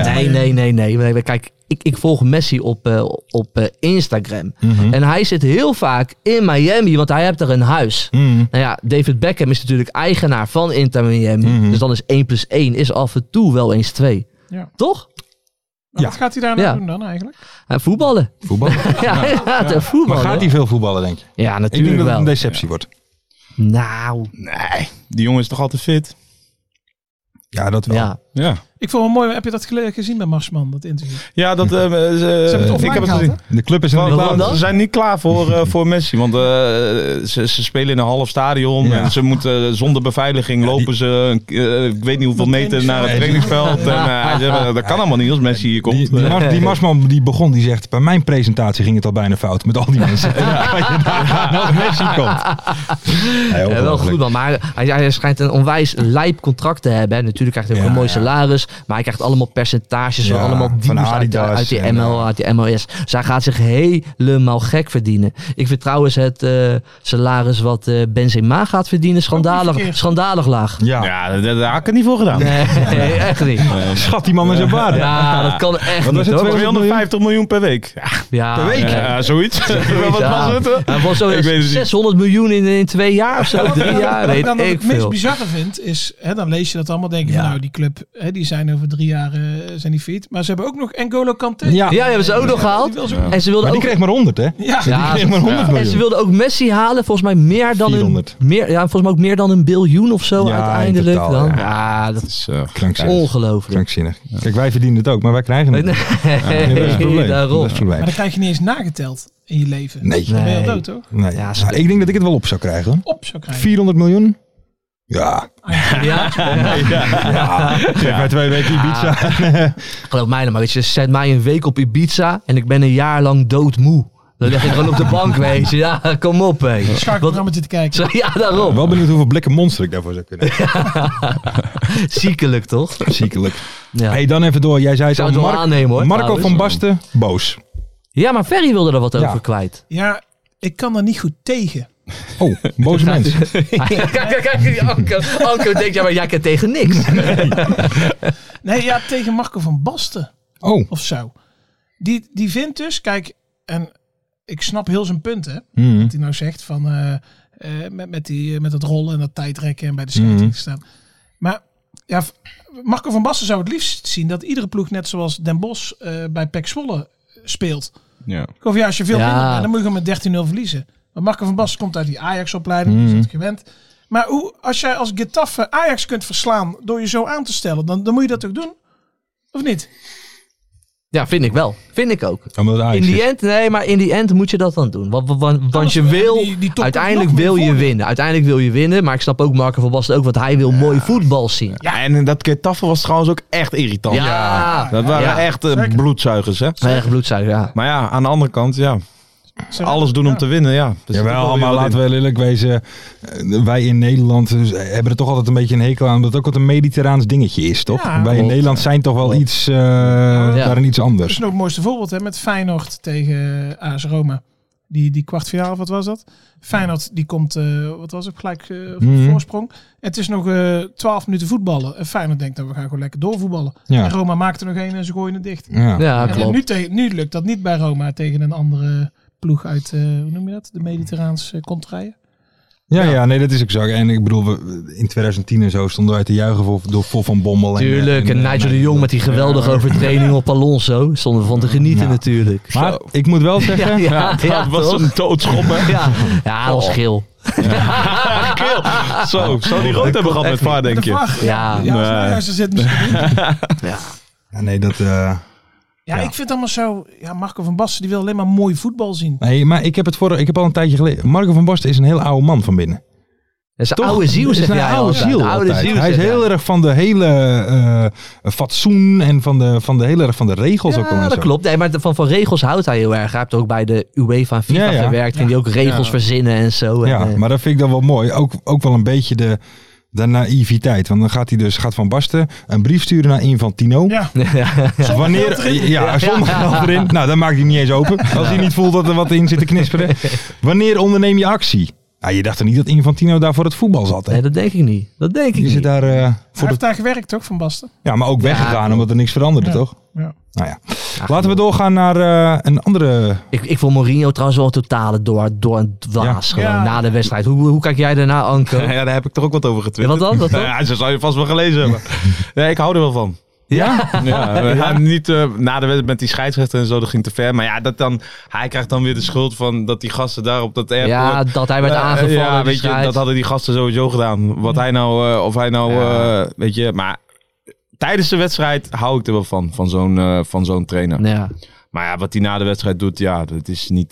Nee. Kijk, ik volg Messi op Instagram. En hij zit heel vaak in Miami, want hij heeft er een huis. Nou ja, David Beckham is natuurlijk eigenaar van Inter Miami. Dus dan is 1 + 1 is af en toe wel eens 2. Ja. Toch? Maar wat gaat hij daar nou doen dan eigenlijk? Voetballen. Voetballen? Ja, voetballen. Maar gaat hij veel voetballen, denk je? Ja, Ik natuurlijk denk dat wel. het een deceptie wordt. Nou. Nee, die jongen is toch altijd fit? Ja, dat wel. Ja. Ik vond het mooi. Heb je dat gezien bij Marsman, dat interview? Ja, dat... hebben het offline ik heb het gehaald, gezien. De club is er Want, niet klaar. ze zijn niet klaar voor Messi. Want ze spelen in een half stadion. Ja. En ze moeten zonder beveiliging lopen ze... ik weet niet hoeveel meter naar het trainingsveld. En hij zegt, dat kan allemaal niet als Messi hier komt. Die Marsman die begon, die zegt, bij mijn presentatie ging het al bijna fout met al die mensen. Als Messi komt. Ja, wel goed man, maar hij schijnt een onwijs lijp contract te hebben. En natuurlijk krijgt hij ook een mooi salaris, maar hij krijgt allemaal percentages van allemaal van deals Adidas uit die en, ML, uit die MLS. Dus hij gaat zich helemaal gek verdienen. Ik vind trouwens het salaris wat Benzema gaat verdienen schandalig laag. Ja, daar had ik het niet voor gedaan. Nee, echt niet. Schat die man in zijn waarde. Ja, dat kan echt Wat niet. was het, hoor. 250 miljoen per week. Ja, per week? Ja, zoiets. Wat was het? Ja, was zo Ik weet het niet. 600 miljoen in 2 jaar of zo, 3 jaar, weet dan ik het meest veel. bizarre vind, is, dan lees je dat allemaal, denk je van nou, die club, die zijn over 3 jaar zijn die failliet. Maar ze hebben ook nog N'Golo Kanté. Ja. Ja, hebben ze ook nog gehaald. Die wil ze En ze wilden Maar die ook kreeg maar 100, hè? Ja, Die kreeg maar 100 en ze miljoen. wilden ook Messi halen, volgens mij meer dan 400. volgens mij ook meer dan $1 biljoen of zo Ja, uiteindelijk. in totaal, Dan. ja. Ja, dat is Krankzinnig. ongelooflijk. Krankzinnig. Kijk, wij verdienen het ook, maar wij krijgen het niet. Nee, dat is het probleem. Daarom. Dat is het probleem. maar dan krijg je niet eens nageteld in je leven. Nee. Dan ben je al Nee. dood, toch? Nee. Ja, Nou, ik denk dat ik het wel op zou krijgen. Hoor. Op zou krijgen. 400 miljoen? Ja. Ja, Geef mij 2 weken Ibiza. geloof mij nou maar. Weet je, zet mij een week op Ibiza en ik ben een jaar lang doodmoe. Dan leg ik gewoon op de bank, weet je. Ja, kom op, hé. Schakelprogramma te kijken. Zo, ja, daarom. Wel benieuwd hoeveel blikken monster ik daarvoor zou kunnen. Ziekelijk, toch? Ziekelijk. Ja. Hey, dan even door. Jij zei het Zou al, het wel aannemen, hoor, Marco trouwens. van Basten, boos. Ja, maar Ferry wilde er wat Ja. over kwijt. Ja, ik kan er niet goed tegen. Oh, boze mens. Kijk, Anko denkt, ja, maar jij kent tegen niks. Nee, ja, tegen Marco van Basten. Oh. Of zo. Die vindt dus, kijk, en ik snap heel zijn punt, hè. Mhm. Wat hij nou zegt van met het rollen en dat tijdrekken en bij de scheidsrechter staan. Maar ja, Marco van Basten zou het liefst zien dat iedere ploeg net zoals Den Bosch bij PEC Zwolle speelt. Ja. Of ja, als je veel Ja. minder bent, dan moet je gewoon met 13-0 verliezen. Maar Marco van Basten komt uit die Ajax-opleiding, die is het gewend. Maar als jij als Getafe Ajax kunt verslaan door je zo aan te stellen, dan moet je dat toch doen? Of niet? Ja, vind ik wel. Vind ik ook. Omdat het Ajax In is. die end, nee, maar in die end moet je dat dan doen. Want Anders je wil, die top uiteindelijk nog meer wil je voordeel. winnen. Uiteindelijk wil je winnen, maar ik snap ook Marco van Basten ook, want hij wil mooi voetbal zien. Ja, en dat Getafe was trouwens ook echt irritant. Ja. Dat waren Ja. echt Zeker. bloedzuigers, hè? Erg bloedzuiger, ja. Maar ja, aan de andere kant, ja. Alles doen om te winnen, ja. Dus Jawel, maar laten we eerlijk wezen. Wij in Nederland hebben er toch altijd een beetje een hekel aan. Omdat het ook wat een mediterraans dingetje is, toch? Ja, wij in klopt. Nederland zijn toch wel iets daarin iets Dat anders. is ook het mooiste voorbeeld hè, met Feyenoord tegen AS Roma. Die kwartfinale, wat was dat? Feyenoord, die komt, wat was het, gelijk voorsprong. Het is nog 12 minuten voetballen. En Feyenoord denkt, we gaan gewoon lekker doorvoetballen. Ja. En Roma maakt er nog één en ze gooien het dicht. Ja, En klopt. nu lukt dat niet bij Roma tegen een andere ploeg uit, hoe noem je dat? De Mediterraanse contraien. Ja, nee, dat is ook zo. En ik bedoel, in 2010 en zo stonden wij te juichen voor Van Bommel. Tuurlijk, en Nigel de Jong met die geweldige overtraining op Alonso. Stonden we van te genieten natuurlijk. Maar ik moet wel zeggen... dat was toch? een doodschop, hè? Ja, dat was geel. Keel. Zo, zou die rood hebben gehad met VAR, denk je? Ja. Ja, ze zit misschien in. Ja, nee, dat... Ja, ik vind het allemaal zo... Ja, Marco van Basten die wil alleen maar mooi voetbal zien. Nee, maar ik heb al een tijdje geleden... Marco van Basten is een heel oude man van binnen. Dat is een oude ziel, zeg jij altijd. Oude ziel. Hij is heel erg van de hele fatsoen en van de heel erg van de regels ook. Ja, dat klopt. Nee, maar van regels houdt hij heel erg. Hij heeft ook bij de UEFA en FIFA gewerkt. En die ook regels verzinnen en zo. Ja, maar dat vind ik dan wel mooi. Ook wel een beetje de naïviteit. Want dan gaat Van Basten een brief sturen naar Infantino. Ja. Wanneer, zonder geld erin. Nou, dan maakt hij niet eens open. Als hij niet voelt dat er wat in zit te knisperen. Wanneer onderneem je actie? Nou, je dacht er niet dat Infantino daar voor het voetbal zat. Hè? Nee, dat denk ik niet. Die zit daar, Hij heeft daar gewerkt, toch, Van Basten? Ja, maar ook weggegaan omdat er niks veranderde, toch? Ja. Nou ja. Laten we doorgaan naar een andere... Ik vond Mourinho trouwens wel een totale door en dwaas gewoon na de wedstrijd. Hoe kijk jij daarna, Anko? Ja, daar heb ik toch ook wat over getwitterd. Ja, wat dan? Ja, zo zou je vast wel gelezen hebben. Nee, ik hou er wel van. Ja? Ja, we gaan niet na de wedstrijd met die scheidsrechter en zo, dat ging te ver. Maar ja, hij krijgt dan weer de schuld van dat die gasten daar op dat airport... Ja, dat hij werd aangevallen. Ja, weet je, dat hadden die gasten sowieso gedaan. Wat hij nou, weet je, maar tijdens de wedstrijd hou ik er wel van zo'n trainer. Ja. Maar ja, wat hij na de wedstrijd doet, ja, dat is niet...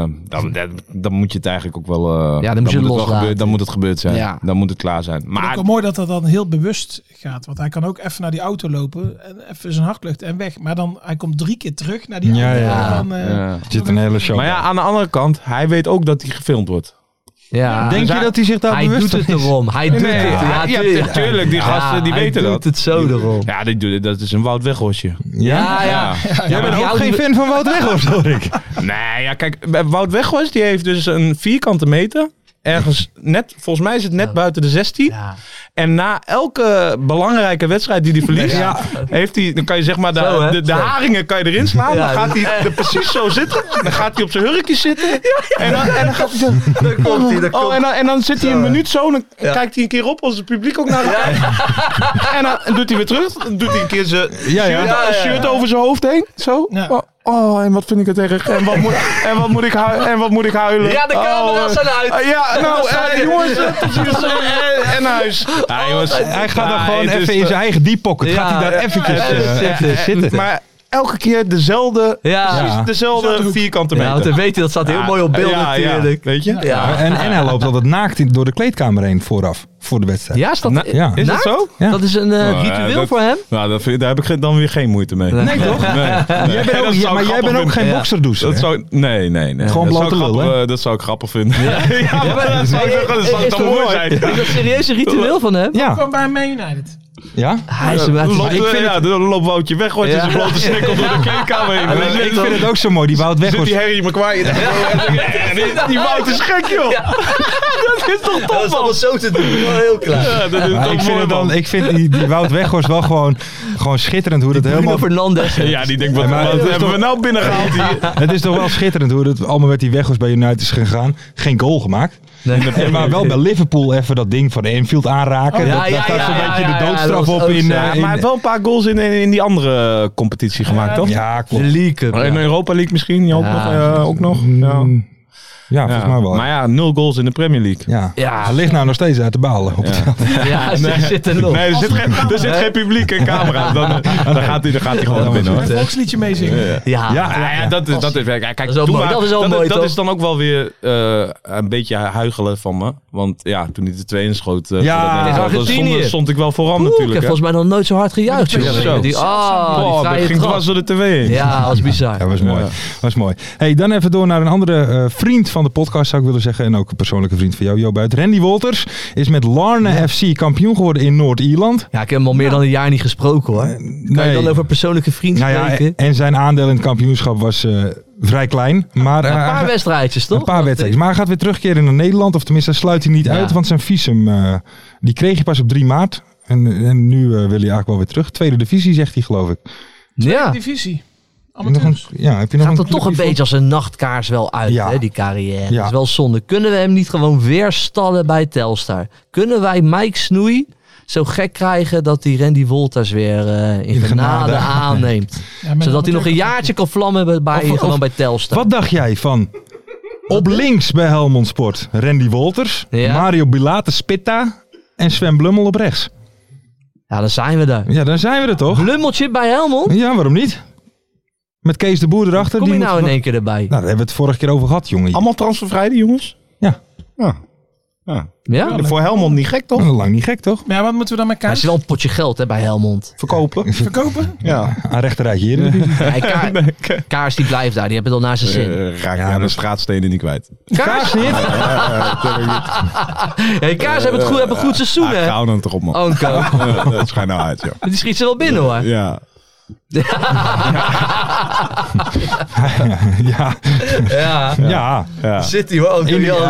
Dan moet je het eigenlijk ook wel... dan moet je het loslaten. Dan moet het gebeurd zijn. Ja. Dan moet het klaar zijn. Maar Maar ook wel mooi dat dat dan heel bewust gaat. Want hij kan ook even naar die auto lopen en even zijn hart luchten en weg. Maar dan, hij komt 3 keer terug naar die auto. Ja. En dan, Er zit een hele show. Maar ja, aan de andere kant, hij weet ook dat hij gefilmd wordt. Ja. Denk je dat hij zich daar Hij bewust doet van het is? erom. Hij doet het. Ja, tuurlijk, die gasten die weten dat. Hij doet het zo erom. Ja, dat is een Wout Weghorstje. Ja. Jij bent die ook oude- geen fan van Wout Weghorst, hoor ik. Nee, ja, kijk, Wout Weghorst die heeft dus een vierkante meter. Ergens net, volgens mij is het net buiten de 16. Ja. En na elke belangrijke wedstrijd die hij verliest, heeft hij, dan kan je zeg maar de haringen kan je erin slaan. Ja, dan gaat hij er precies zo zitten. Dan gaat hij op zijn hurkjes zitten. En dan gaat hij zo. Dan komt hij. En dan zit hij een minuut zo. Dan kijkt hij een keer op als het publiek ook naar hem kijkt. En dan doet hij weer terug. Dan doet hij een keer zijn shirt over zijn hoofd heen. Zo. Ja. Oh, en wat vind ik het erg. En wat moet ik huilen. Ja, de camera's zijn uit. Jongens, en naar huis. Ja, jongens, Hij gaat dan gewoon even in zijn eigen deep pocket. Gaat hij daar eventjes zitten. Maar elke keer dezelfde vierkante meter. Ja, want dan weet je, dat staat heel mooi op beeld natuurlijk. Weet je? Ja. En hij loopt altijd naakt door de kleedkamer heen vooraf. Voor de wedstrijd. Ja, is dat, Ja. Is dat zo? Ja. dat is een ritueel voor hem? Nou, daar heb ik dan weer geen moeite mee. Nee, toch? Jij bent ook geen boxerdouche. Dat zou, nee. Gewoon Dat zou blote ik lul, grappig- Dat zou ik grappig vinden. Ja, maar dat zou toch mooi zijn. Is dat serieus een ritueel van hem? Ja. Gewoon bij Man United. Ja? Hij is Dan loopt Woutje weg, wordt in zijn blote snikkel door de kleedkamer heen. Ja, ik vind het ook zo mooi, die Wout Zit Weghorst. die Harry Maguire daar. Die Wout is gek, joh. Dat is toch Dat is allemaal zo te doen. Heel klaar. Ja, dat is Maar ik vind die Wout Weghorst wel gewoon schitterend hoe dat Bruno helemaal... Fernandes. Ja, die denkt, maar wat het is hebben we nou binnengehaald hier? Het is toch wel schitterend hoe het allemaal met die Weghorst bij United is gegaan. Geen goal gemaakt. Nee. Maar wel bij Liverpool even dat ding van de Anfield aanraken. Daar staat zo'n beetje de doodstraf op in... Maar hij heeft wel een paar goals in die andere competitie gemaakt, toch? Ja, De klopt. League Cup. In de Europa League misschien ook nog. Ja. Ja, volgens mij wel. Maar ja, 0 goals in de Premier League. Ja. Ja. Hij ligt nou nog steeds uit de balen. Op het veld. Ja, ze zit er nog. Nee, er zit geen publiek en camera. Dan gaat hij gewoon naar binnen, hoor. Een volksliedje meezingen. Ja. Dat is kijk, Dat is wel mooi. Dat is wel mooi, dat toch? is dan ook wel weer een beetje huichelen van me. Want ja, toen hij de 2 schoot, tegen Argentinië. stond ik wel vooraan Ik natuurlijk. heb hè. volgens mij nog nooit zo hard gejuicht. Ja, joh. zo. Die Dat vrije ging trap. dwars door de tv heen. Ja, dat was bizar. Ja, was mooi. Was mooi. Hey, dan even door naar een andere vriend van de podcast zou ik willen zeggen. En ook een persoonlijke vriend van jou, Jo Buit. Randy Wolters is met Larne FC kampioen geworden in Noord-Ierland. Ja, ik heb hem al meer dan een jaar niet gesproken hoor. Kan je dan over persoonlijke vriend spreken? En zijn aandeel in het kampioenschap was vrij klein. Maar, een paar wedstrijdjes toch? Een paar wedstrijdjes. Maar hij gaat weer terugkeren naar Nederland. Of tenminste, sluit hij niet uit. Want zijn visum, die kreeg hij pas op 3 maart. En nu wil hij eigenlijk wel weer terug. Tweede divisie, zegt hij, geloof ik. Tweede divisie. Heb je nog gaat er toch een beetje als een nachtkaars wel uit, hè, die carrière. Dat is wel zonde. Kunnen we hem niet gewoon weer stallen bij Telstar? Kunnen wij Mike Snoei zo gek krijgen dat hij Randy Wolters weer in genade aanneemt? Zodat hij nog een jaartje kan vlammen bij Telstar. Wat dacht jij van op links bij Helmond Sport? Randy Wolters, Mario Bilate Spitta en Sven Blummel op rechts. Ja, dan zijn we daar. Ja, dan zijn we er toch? Blummeltje bij Helmond? Ja, waarom niet? Met Kees de Boer erachter. Kom je nou in één keer erbij? Nou, daar hebben we het vorige keer over gehad, jongen. Allemaal transfervrij, die jongens? Ja. Ja? Voor Helmond niet gek, toch? Lang niet gek, toch? Maar ja, wat moeten we dan met Kaars? Hij is wel een potje geld hè, bij Helmond. Verkopen? Ja. Aan rechterrijtje hier. Kaars die blijft daar. Die hebben het al naar zijn zin. Raak je aan de straatstenen niet kwijt. Kaars niet? Kaars hebben een goed seizoen, hè? Ik hou dan toch op, man. Anko. Dat schijnt nou uit, joh. Die schiet ze wel binnen, hoor. Ja. Ja. Zit hij hoor.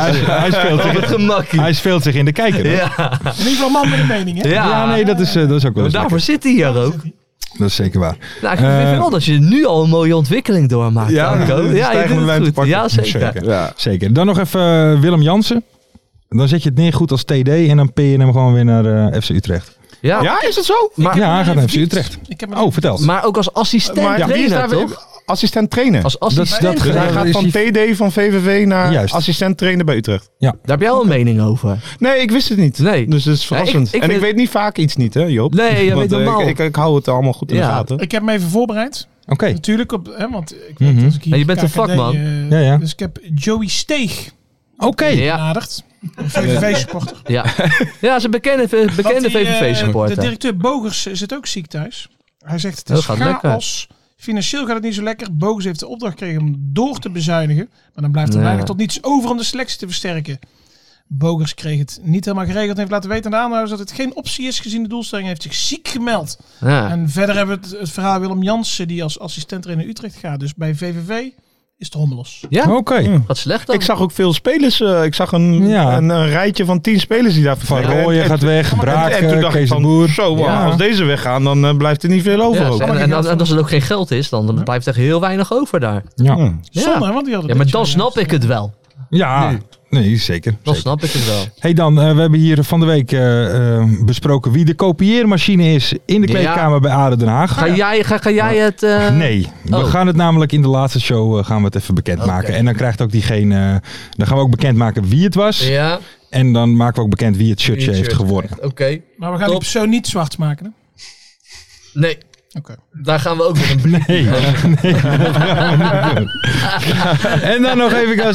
Hij speelt zich in de kijker. In ieder geval man met een mening, hè? Ja, nee, dat is ook wel eens maar daarvoor zit hij hier ook. Dat is zeker waar. Nou, ik vind wel dat je nu al een mooie ontwikkeling doormaakt. Ja, je doet het goed. Ja, zeker. Zeker. Dan nog even Willem Jansen. Dan zet je het neer goed als TD en dan pin je hem gewoon weer naar FC Utrecht. Ja, is het zo? Maar, hij gaat naar FC Utrecht. Vertel. Maar daar ook als assistent trainer, toch? Assistent trainer. Als assistent dus hij gaat van TD van VVV naar assistent trainer bij Utrecht. Ja. Daar heb jij al een mening over? Nee, ik wist het niet. Nee. Dus het is verrassend. Ik weet niet vaak iets niet, hè Joop? Nee, je weet normaal. Ik hou het allemaal goed in de gaten. Ik heb hem even voorbereid. Oké. Natuurlijk, want ik weet als ik hier je bent een vakman. Dus ik heb Joey Steeg benaderd. Een VVV-supporter. Ja, dat is een bekende VVV-supporter. De directeur Bogers zit ook ziek thuis. Hij zegt het is chaos. Financieel gaat het niet zo lekker. Bogers heeft de opdracht gekregen om door te bezuinigen. Maar dan blijft er weinig tot niets over om de selectie te versterken. Bogers kreeg het niet helemaal geregeld en heeft laten weten aan de aanhouders dat het geen optie is gezien de doelstelling. Heeft zich ziek gemeld. Ja. En verder hebben we het verhaal Willem Jansen die als assistent trainer Utrecht gaat. Dus bij VVV is het hommelos. Ja, oké. Wat slecht dan. Ik zag ook veel spelers. Ik zag een rijtje van 10 spelers die daar vertrekken. Van Rooyen gaat weg, Braak, Kees de Boer. Als deze weggaan, dan blijft er niet veel over. En als er ook geen geld is, dan blijft er heel weinig over daar. Ja. Zonde, want die hadden maar dan snap ik het wel. Ja, nee, zeker. Dan snap ik het wel. Hey Dan, we hebben hier van de week besproken wie de kopieermachine is in de kleedkamer bij ADO Den Haag. Ga jij het... Nee, we gaan het namelijk in de laatste show gaan we het even bekendmaken. En dan krijgt ook diegene... dan gaan we ook bekendmaken wie het was. Ja. En dan maken we ook bekend wie het shirtje heeft gewonnen. Oké. Maar we gaan die persoon niet zwart maken, hè? Nee. Daar gaan we ook weer een brief. Nee, dat gaan we niet doen. En dan nog even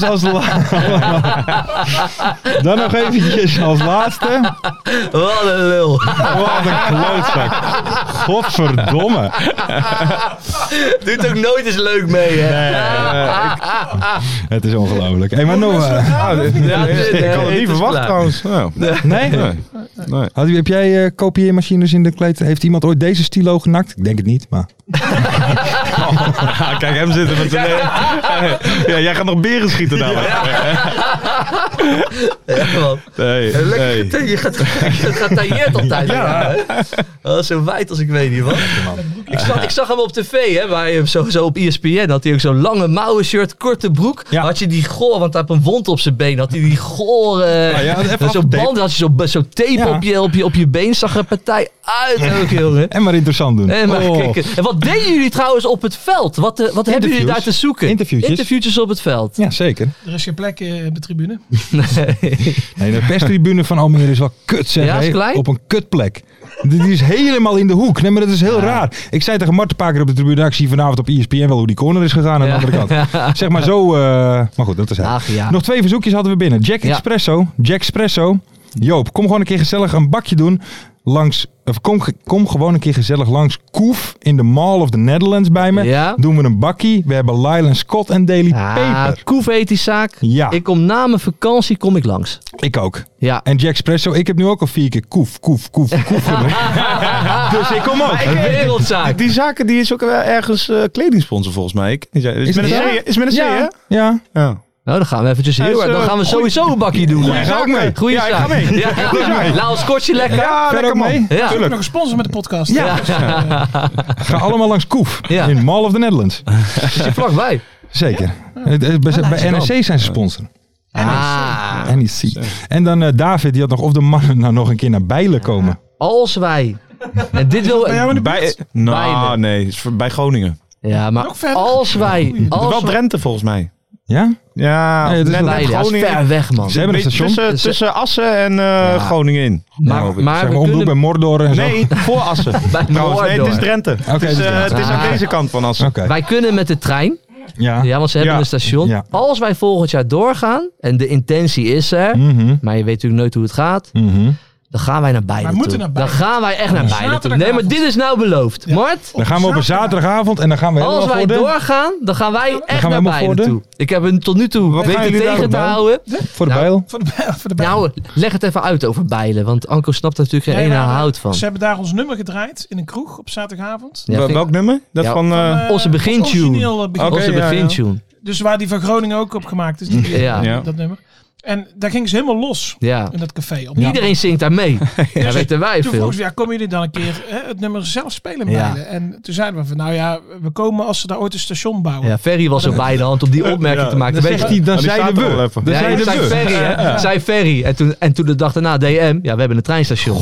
dan nog eventjes als laatste. Wat een lul. Wat een klootzak. Godverdomme. Doet ook nooit eens leuk mee, hè? Het is ongelooflijk. Hey, maar ik had het niet verwacht trouwens. Nee? Heb jij kopieermachines in de kleed? Heeft iemand ooit deze stilo genakt? Ik denk het niet, maar... Kijk, hem zitten met zijn... jij gaat nog beren schieten dadelijk. Je gaat tailleerd altijd. Zo wijd als ik weet niet wat. Ik zag hem op tv, hè, waar je zo op ESPN had hij ook zo'n lange mouwen shirt, korte broek. Ja. Had je die goor, want hij had een wond op zijn been. Had hij die goor, zo'n band, had je zo tape op je been. Zag er een partij uit ook, jongen. En maar interessant doen. En wat deden jullie trouwens op het veld? Wat hebben jullie daar te zoeken? Interviewtjes op het veld. Ja, zeker. Er is geen plek op de tribune. Nee, de perstribune van Almere is wel kut, zeg. Ja, is klein? Op een kutplek. Die is helemaal in de hoek. Nee, maar dat is heel raar. Ik zei tegen Marten Paker op de tribune, ik zie vanavond op ESPN wel hoe die corner is gegaan aan de andere kant. Zeg maar zo. Maar goed, dat is het. Nog 2 verzoekjes hadden we binnen. Jack Espresso. Joop, kom gewoon een keer gezellig een bakje doen. kom gewoon een keer gezellig langs Koef in de Mall of the Netherlands bij me. Ja. Doen we een bakkie. We hebben Lylan Scott en Daily Paper. Koef heet die zaak. Ja. Ik kom na mijn vakantie kom ik langs. Ik ook. Ja. En Jack Espresso, ik heb nu ook al 4 keer Koef gedaan. Dus ik kom ook. Een wereldzaak. Die zaken die is ook wel ergens kledingsponsor volgens mij. Is met een C, hè? Ja. Nou, dan gaan we eventjes dan gaan we sowieso een bakkie doen. Goeie zaak mee. Goeie Ja, ik zaak. ga mee. Ja. Laat ons kortje lekker. Ja, Verder lekker ook mee. man. Ja. Ik ben nog gesponsord met de podcast. Ja. Dus, Ga allemaal langs Koef Ja. in Mall of the Netherlands. Is je vlakbij? Zeker. Bij NEC zijn ze sponsor. NEC. En dan David, die had nog of de mannen nou nog een keer naar Bijlen komen. Als wij... En dit wil... bij jou in de buurt? Nou, nee. Is bij Groningen. Ja, maar Nog verder? als wij... Wel Drenthe volgens mij. Ja? Ja, Nee, het is net wel Bijlen, dat is Groningen. ver weg, man. Ze hebben een station. Tussen Assen en Groningen in. Maar Zeg we maar kunnen... omdoen bij Mordor en zo. Nee, voor Assen. Bij Trouwens, nee, het is Mordor. Drenthe. Oké, het is aan deze kant van Assen. Oké. Wij kunnen met de trein. Ja. Ja, want ze hebben Ja. een station. Ja. Als wij volgend jaar doorgaan, en de intentie is er, Mhm. maar je weet natuurlijk nooit hoe het gaat, Mhm. dan gaan wij naar Bijlen Wij toe. moeten naar Dan Bijlen. gaan wij echt naar Bijlen toe. Nee, maar dit is nou beloofd. Mart, Dan gaan we op een zaterdagavond en dan gaan we helemaal als wij voor de... doorgaan, dan gaan wij echt gaan we naar helemaal Bijlen voor de- toe. Ik heb hem tot nu toe gaan weten jullie daar tegen te doen? houden. Voor de Nou, Bijl. Voor de Nou, leg het even uit over Bijlen, want Anko snapt er natuurlijk geen Nee, ene maar, hout van. Ze hebben daar ons nummer gedraaid in een kroeg op zaterdagavond. Ja, vind- Welk nummer? Dat Ja. van... Onze begintune. Origineel begin. Oké, Onze ja, ja. begintune. Dus waar die van Groningen ook op gemaakt is. Ja. Dat nummer. En daar gingen ze helemaal los Ja. in dat café. Op Iedereen zingt daar mee. Ja, weten wij Toen veel. vroegen ze, komen jullie dan een keer het nummer zelf spelen Ja. Bijlen? En toen zeiden we van, nou ja, we komen als ze daar ooit een station bouwen. Ja, Ferry was er bij de hand om die opmerking te maken. Dan Weet zegt je- hij, dan die zeiden staat er wel we. even. Dan Ja, zeiden zei we. Ferry, hè? Zei Ferry. En toen de dag daarna, DM, ja, we hebben een treinstation.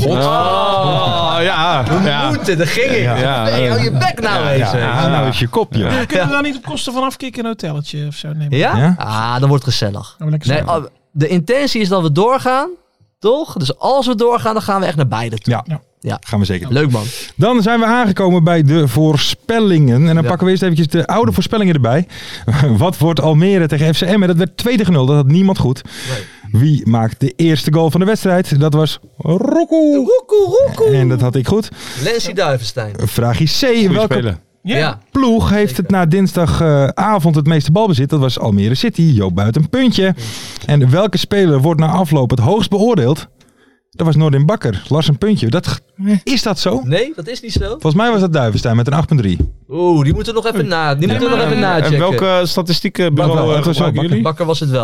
Oh, ja. Ja. Moeten, daar ging ik. Ja. Hey, hou je bek nou eens. Ja, nou is je kopje. Kunnen we daar niet op kosten van afkicken een hotelletje of zo nemen? Ja? Ja? Ah, dan wordt het gezellig. Gaan we lekker Nee, samen. de intentie is dat we doorgaan, toch? Dus als we doorgaan, dan gaan we echt naar Bijlen toe. Ja, gaan we zeker doen. Leuk man. Dan zijn we aangekomen bij de voorspellingen. En dan pakken we eerst eventjes de oude voorspellingen erbij. Wat wordt Almere tegen FCM? Dat werd 2-0. Dat had niemand goed. Wie maakt de eerste goal van de wedstrijd? Dat was Rocco. En dat had ik goed. Lensie Duivenstein. Vraagje C. Welke Spelen. Ja. ploeg heeft het na dinsdagavond het meeste balbezit? Dat was Almere City. Joop buiten een puntje. En welke speler wordt na afloop het hoogst beoordeeld? Dat was Noordin Bakker. Lars een puntje. Is dat zo? Nee, dat is niet zo. Volgens mij was dat Duivenstein met een 8,3. Oeh, die moeten we nog even nachecken. En welke statistiekenbureau Bakker. gebruiken jullie? Bakker was het wel.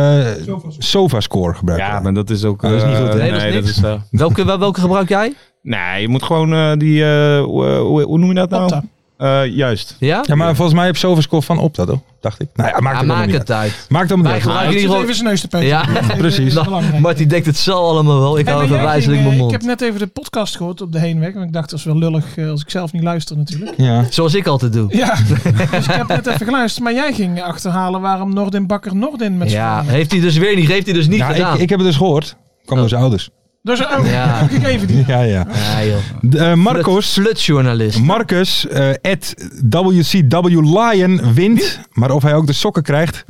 Sofascore gebruiken. Ja, maar dat is ook... dat is niet goed, hè? Nee, dat is niks. Welke gebruik jij? Nee, je moet gewoon die... hoe noem je dat nou? Opta. Juist. Ja? Ja, maar volgens mij heb Sofascore van Opta, toch? Dacht ik. Nou ja, maakt Ja, het maak niet het uit. uit. Maakt hem niet Wij uit. gebruiken Ik die zit gewoon... even zijn neus te peuken. Ja, precies. Dat is belangrijk. Marty denkt het zal allemaal wel. Ik Hey, hou maar even jij wijzelijk ging, mijn mond. Ik heb net even de podcast gehoord op de heenweg. En ik dacht, dat is wel lullig als ik zelf niet luister natuurlijk. Ja. Zoals ik altijd doe. Ja, dus ik heb net even geluisterd. Maar jij ging achterhalen waarom Noordin Bakker Noordin met z'n Ja, allen. heeft hij dus weer niet. Heeft hij dus niet Nou, gedaan. ik heb het dus gehoord. Kwam door zijn ouders. Dus Ja. ik even die. Ja, ja. Ja, joh. Marcos. Flutjournalist. Marcus, at WCW Lion, wint. Maar of hij ook de sokken krijgt,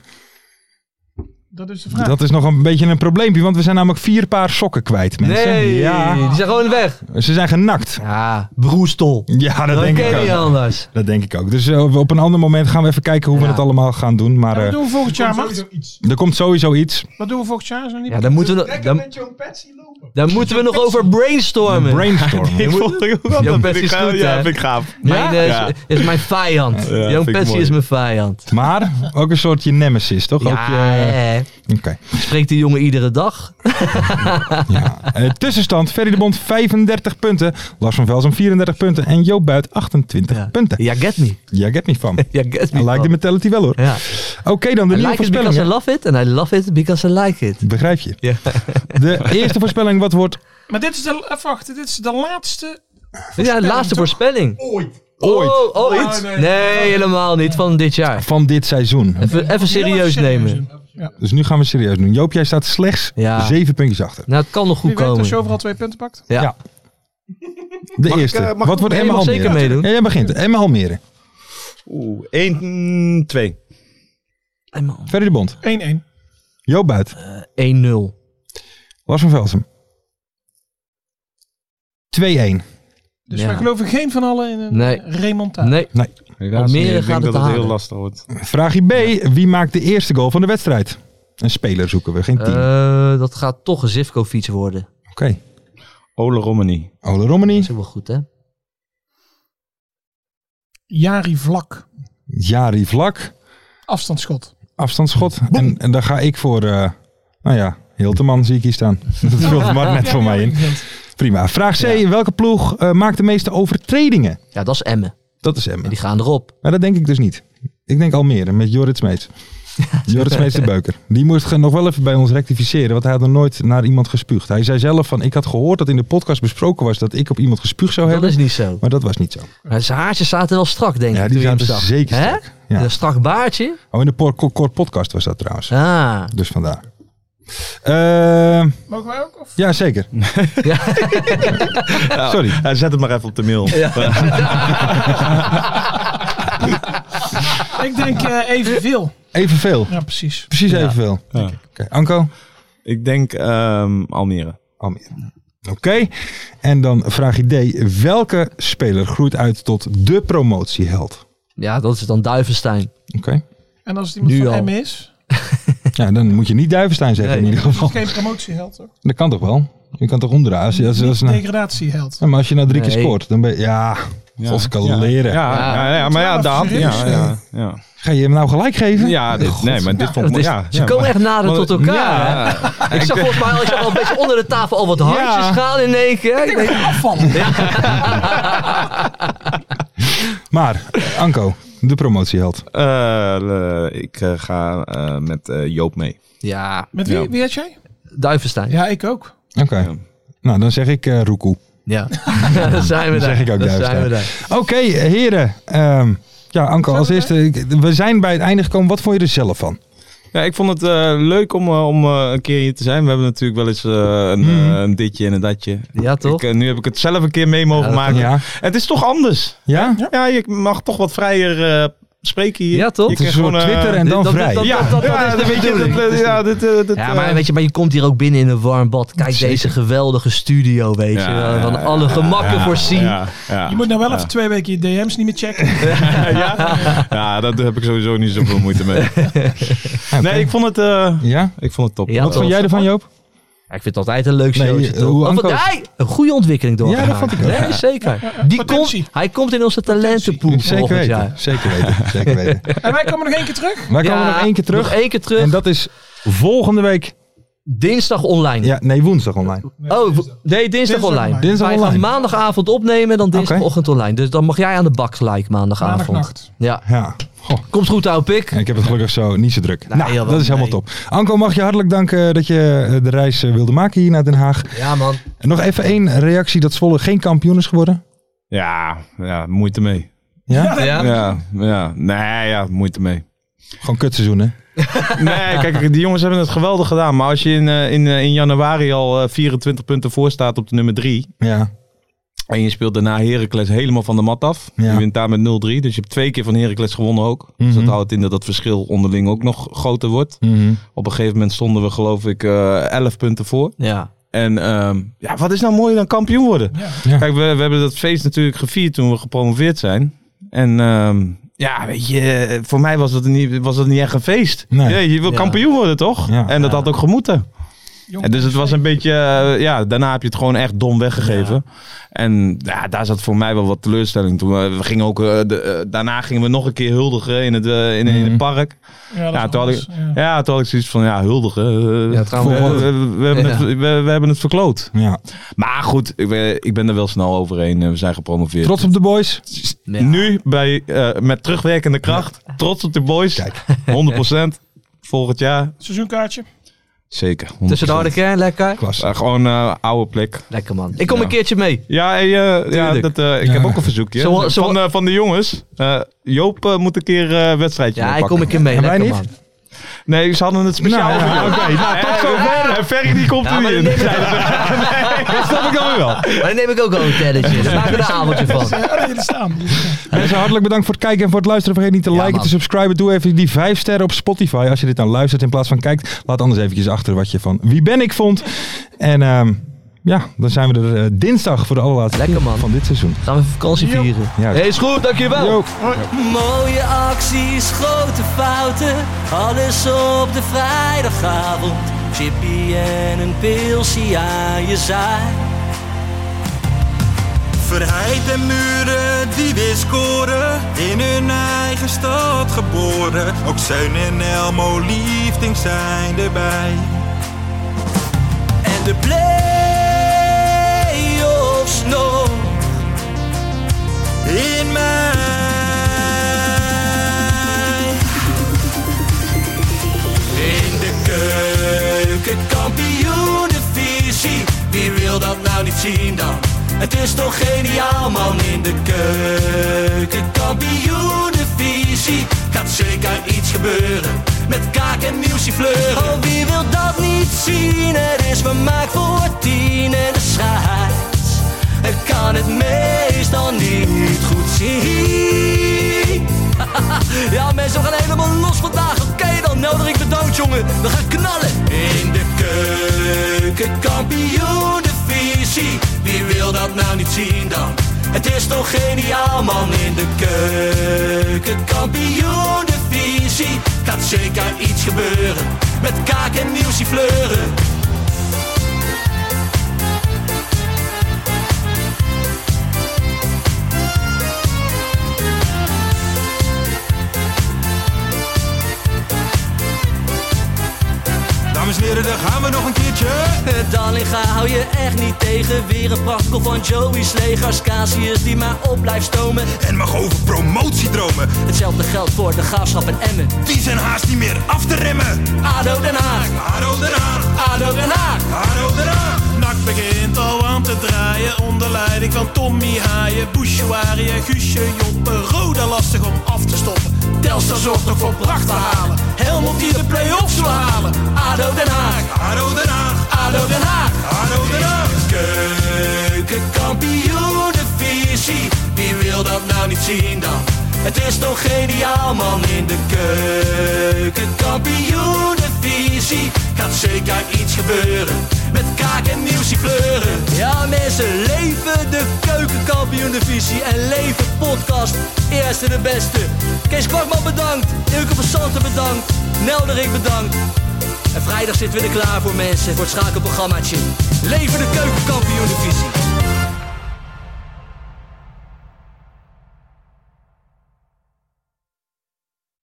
Dat is de vraag. dat is nog een beetje een probleempje. Want we zijn namelijk 4 paar sokken kwijt, mensen. Nee, Ja, die zijn gewoon weg. ze zijn genakt. Ja, broestol. Ja, dat denk ken ik je niet ook. anders. Dat denk ik ook. Dus op een ander moment gaan we even kijken hoe we Ja. het allemaal gaan doen. Maar Wat doen we volgend jaar, Mart? er komt sowieso iets. Wat doen we volgend jaar? Is nog niet Ja, dan moeten we, dan moeten we nog over brainstormen. Brainstormen. Die vond ik ook wel. Young Dat Patsy vind ik is goed, ja, hè? vind ik gaaf. Mijn, Ja. is mijn vijand. Ja, Young vind ik Patsy mooi. is mijn vijand. Maar ook een soort je nemesis, toch? Ook je, Oké. Spreekt die jongen iedere dag? Ja. Tussenstand, Ferry de Bond 35 punten. Lars van Velzen 34 punten. En Joop Buit 28 punten. Ja, get me. Ja, get me van. Ja, get me. I like the mentality wel hoor. Ja. Oké, dan de I nieuwe like it because I voorspellingen. love it. And I love it because I like it. Begrijp je? Ja. De eerste voorspelling, wat wordt... Maar dit is de, even wachten, dit is de laatste. Ja, de laatste voorspelling. Ooit. Ooit? Nee, helemaal niet. Van dit jaar. Van dit seizoen. Even serieus nemen. Ja. Dus nu gaan we serieus doen. Joop, jij staat slechts Ja. 7 puntjes achter. Nou, het kan nog goed Wie weet komen. als je overal 2 punten pakt. Ja. Ja. De eerste. mag Wat wordt Nee, je Emma mag Almere? zeker meedoen. Ja, jij begint. Emma Almere. 1, 2. Hey, man. Ferry de Bond. 1-1. Joop Buit. 1-0. Lars van Velsen. 2-1. Dus wij geloven geen van allen in een remontage. Nee. Helaas Almere niet. Ik gaat denk het dat het heel halen. lastig wordt. Vraagje B. Wie maakt de eerste goal van de wedstrijd? Een speler zoeken we, geen team. Dat gaat toch een Zivkovic worden. Oké. Ole Romani. Ole Romani. Dat is ook wel goed, hè? Jari Vlak. Jari Vlak. Afstandsschot. En daar ga ik voor... Hilterman zie ik hier staan. Dat vult maar net voor mij in. Prima. Vraag C. Welke ploeg maakt de meeste overtredingen? Ja, dat is Emmen. Dat is Emmen. En die gaan erop. Maar dat denk ik dus niet. Ik denk Almere met Jorrit Smeets. Jorrit Smeets de Beuker. Die moest nog wel even bij ons rectificeren. Want hij had nog nooit naar iemand gespuugd. Hij zei zelf van... Ik had gehoord dat in de podcast besproken was... dat ik op iemand gespuugd zou hebben. Dat is niet zo. Maar dat was niet zo. Maar zijn haartjes zaten wel strak, denk ik. Ja, die toen je hem zaten zag. zeker Hè? strak. Ja. Een strak baardje. Oh, in de kort podcast was dat trouwens. Ah. Dus vandaar. Mogen wij ook? Of? Ja, zeker. Sorry. Zet het maar even op de mail. Ik denk evenveel. Evenveel? Ja, precies. Precies evenveel. Ja. Oké. Anko? Ik denk Almere. Oké. En dan vraag je D. Welke speler groeit uit tot de promotieheld? Ja, dat is dan Duivenstein. Oké. En als het iemand Nu van al. Emmen is? Ja, dan moet je niet Duivenstein zeggen in ieder Dat geval. is geen promotieheld, toch? Dat kan toch wel? Je kan toch onderaan? Als Niet nou, degradatieheld. ja, maar als je nou 3 keer Nee. scoort, dan ben je... Ja, escaleren. Maar ja, Daan. Ja. Ga je hem nou gelijk geven? Ja, nee, maar dit vond ik... Ze komen echt nader tot elkaar. Ja. Hè? Ik zag volgens mij al een beetje onder de tafel al wat handjes gaan in één keer. Ik denk, Afvallen. Maar, Anko, de promotieheld. Ik ga met Joop mee. ja, Met wie? Ja. Wie had jij? Duivenstein. Ja, ik ook. Oké. Nou, dan zeg ik Roekoe. Ja. Dan zijn we Dan daar. zeg ik ook Dan zijn we Duivenstein. daar. Oké, heren. Ja, Anko, als eerste. We zijn bij het einde gekomen. Wat vond je er zelf van? Ja, ik vond het leuk om een keer hier te zijn. We hebben natuurlijk wel eens een ditje en een datje. Ja, toch? Nu heb ik het zelf een keer mee mogen maken. Ja. En het is toch anders. Ja? Ja, je mag toch wat vrijer spreken hier. Ja, toch? Je Het is kan een soort gewoon, Twitter en dan vrij. dat is de bedoeling. Ja, maar je komt hier ook binnen in een warm bad. Kijk deze geweldige studio, weet je. Ja, Van alle gemakken voorzien. Je moet nou wel even 2 weken je DM's niet meer checken. Ja, daar heb ik sowieso niet zoveel moeite mee. Nee, ik vond het top. Ja, Wat vond jij ervan, Joop? Ja, ik vind het altijd een leuk showtje, toch? hoe Of Anko- een goede ontwikkeling doorgemaakt. Ja, dat vond ik ook. Nee, zeker. Potentie. Hij komt in onze talentenpool Zeker volgend weten. jaar. Zeker weten. Zeker weten. En wij komen nog 1 keer terug. Wij komen nog 1 keer terug. Nog 1 keer terug. En dat is volgende week. Dinsdag online. Ja, nee, woensdag online. Dinsdag online. Dinsdag Wij gaan online. maandagavond opnemen, dan dinsdagochtend online. Dus dan mag jij aan de bak gelijk maandagavond. Maandagnacht. Ja. Ja. Goh. Komt goed, ouwe pik. Ik heb het gelukkig zo niet zo druk. Nee, Nou, joh, dat is helemaal nee. top. Anko, mag je hartelijk danken dat je de reis wilde maken hier naar Den Haag. Ja, man. En nog even 1 reactie dat Zwolle geen kampioen is geworden. Ja, moeite mee. Ja? Ja? Moeite mee. Gewoon kutseizoen, hè? Nee, kijk, die jongens hebben het geweldig gedaan. Maar als je in januari al 24 punten voor staat op de nummer 3... Ja. En je speelt daarna Heracles helemaal van de mat af. Ja. Je wint daar met 0-3. Dus je hebt 2 keer van Heracles gewonnen ook. Dus dat houdt in dat het verschil onderling ook nog groter wordt. Op een gegeven moment stonden we geloof ik 11 punten voor. Ja. En wat is nou mooier dan kampioen worden? Ja. Kijk, we hebben dat feest natuurlijk gevierd toen we gepromoveerd zijn. En weet je, voor mij was dat niet echt een feest. Nee. Ja, je wil kampioen worden, toch? Ja. En dat had ook gemoeten. En dus het was een beetje, daarna heb je het gewoon echt dom weggegeven. Ja. En daar zat voor mij wel wat teleurstelling toen. We gingen ook, daarna gingen we nog een keer huldigen in het park. Toen had ik zoiets van, huldigen. We hebben het verkloot. Ja. Maar goed, ik ben er wel snel overheen. We zijn gepromoveerd. Trots op de boys? Ja. Nu, met terugwerkende kracht, trots op de boys. Kijk. 100%. Volgend jaar. Seizoenkaartje. Zeker. 100%. Tussen de harde kern, lekker. Klasse. Gewoon oude plek. Lekker, man. Ik kom een keertje mee. Ja, ik heb ook een verzoekje. Van de jongens. Joop moet een keer wedstrijdje Ja, ik pakken. kom een keer mee. En wij Lekker, niet? man. Nee, ze hadden het speciaal Nou, voor ja, jou. oké. Nou, tot zover. En Ferry die komt Ja, er maar niet dan in. Dat snap ik dan weer wel. Maar dan neem ik ook al een telletje. Daar maken we een avondje van. Ja, jullie staan. Mensen, hartelijk bedankt voor het kijken en voor het luisteren. Vergeet niet te liken, man. te subscriben. Doe even die 5 sterren op Spotify. Als je dit nou luistert in plaats van kijkt. Laat anders eventjes achter wat je van Wie Ben Ik vond. En Ja, dan zijn we er dinsdag voor de allerlaatste Lekker, keer man. van dit seizoen. Gaan we even vakantie vieren. Ja. Hey, is goed, dankjewel. Yo. Mooie acties, grote fouten, alles op de vrijdagavond. Chippy en een pilsie aan je zaai. Verheid en Muren die weer scoren, in hun eigen stad geboren. Ook Zeun en Elmo Liefding zijn erbij. En de play-offs nog In mij. in de keukenkampioenenvisie. Wie wil dat nou niet zien dan? Het is toch geniaal man, in de keukenkampioenenvisie. Gaat zeker iets gebeuren, met kaak en nieuwsie fleuren. Oh, wie wil dat niet zien? Het is vermaakt voor 10 en de scheids. Ik kan het meestal niet goed zien. Ja mensen, we gaan helemaal los vandaag. Oké, dan nodig ik bedankt jongen. We gaan knallen. In de keukenkampioenenvisie. Wie wil dat nou niet zien dan? Het is toch geniaal man, in de keukenkampioenenvisie. Gaat zeker iets gebeuren, met kaak en nieuwsie fleuren. Dames en heren, daar gaan we nog een keertje. Dallinga hou je echt niet tegen. Weer een prachtkel van Joey's legers. Casius die maar op blijft stomen. En mag over promotiedromen. Hetzelfde geldt voor de Graafschap en Emmen. Die zijn haast niet meer af te remmen. ADO Den Haag, Haro Den Haag, ADO Den Haag. Haro Den Haag. NAC begint al aan te draaien onder leiding van Tommy Haaien, Bouchouari en Guusje Joppen. Roda lastig om af te stoppen. Telstar zorgt nog voor pracht te halen. Helmond die de play-offs wil halen. ADO Den Haag, Haro Den Haag, ADO Den Haag. Haro Den Haag. Keukenkampioenenvisie. Wie wil dat nou niet zien dan? Het is toch geniaal man, in de keukenkampioenenvisie. Gaat zeker iets gebeuren, met kaak en nieuwsie fleuren. Ja mensen, leven de keukenkampioenenvisie en leven podcast. Eerste de beste. Kees Kwakman bedankt, Ilke van Santen bedankt, Nelderik bedankt. En vrijdag zitten we er klaar voor mensen, voor het schakelprogrammaatje. Leven de keukenkampioenenvisie.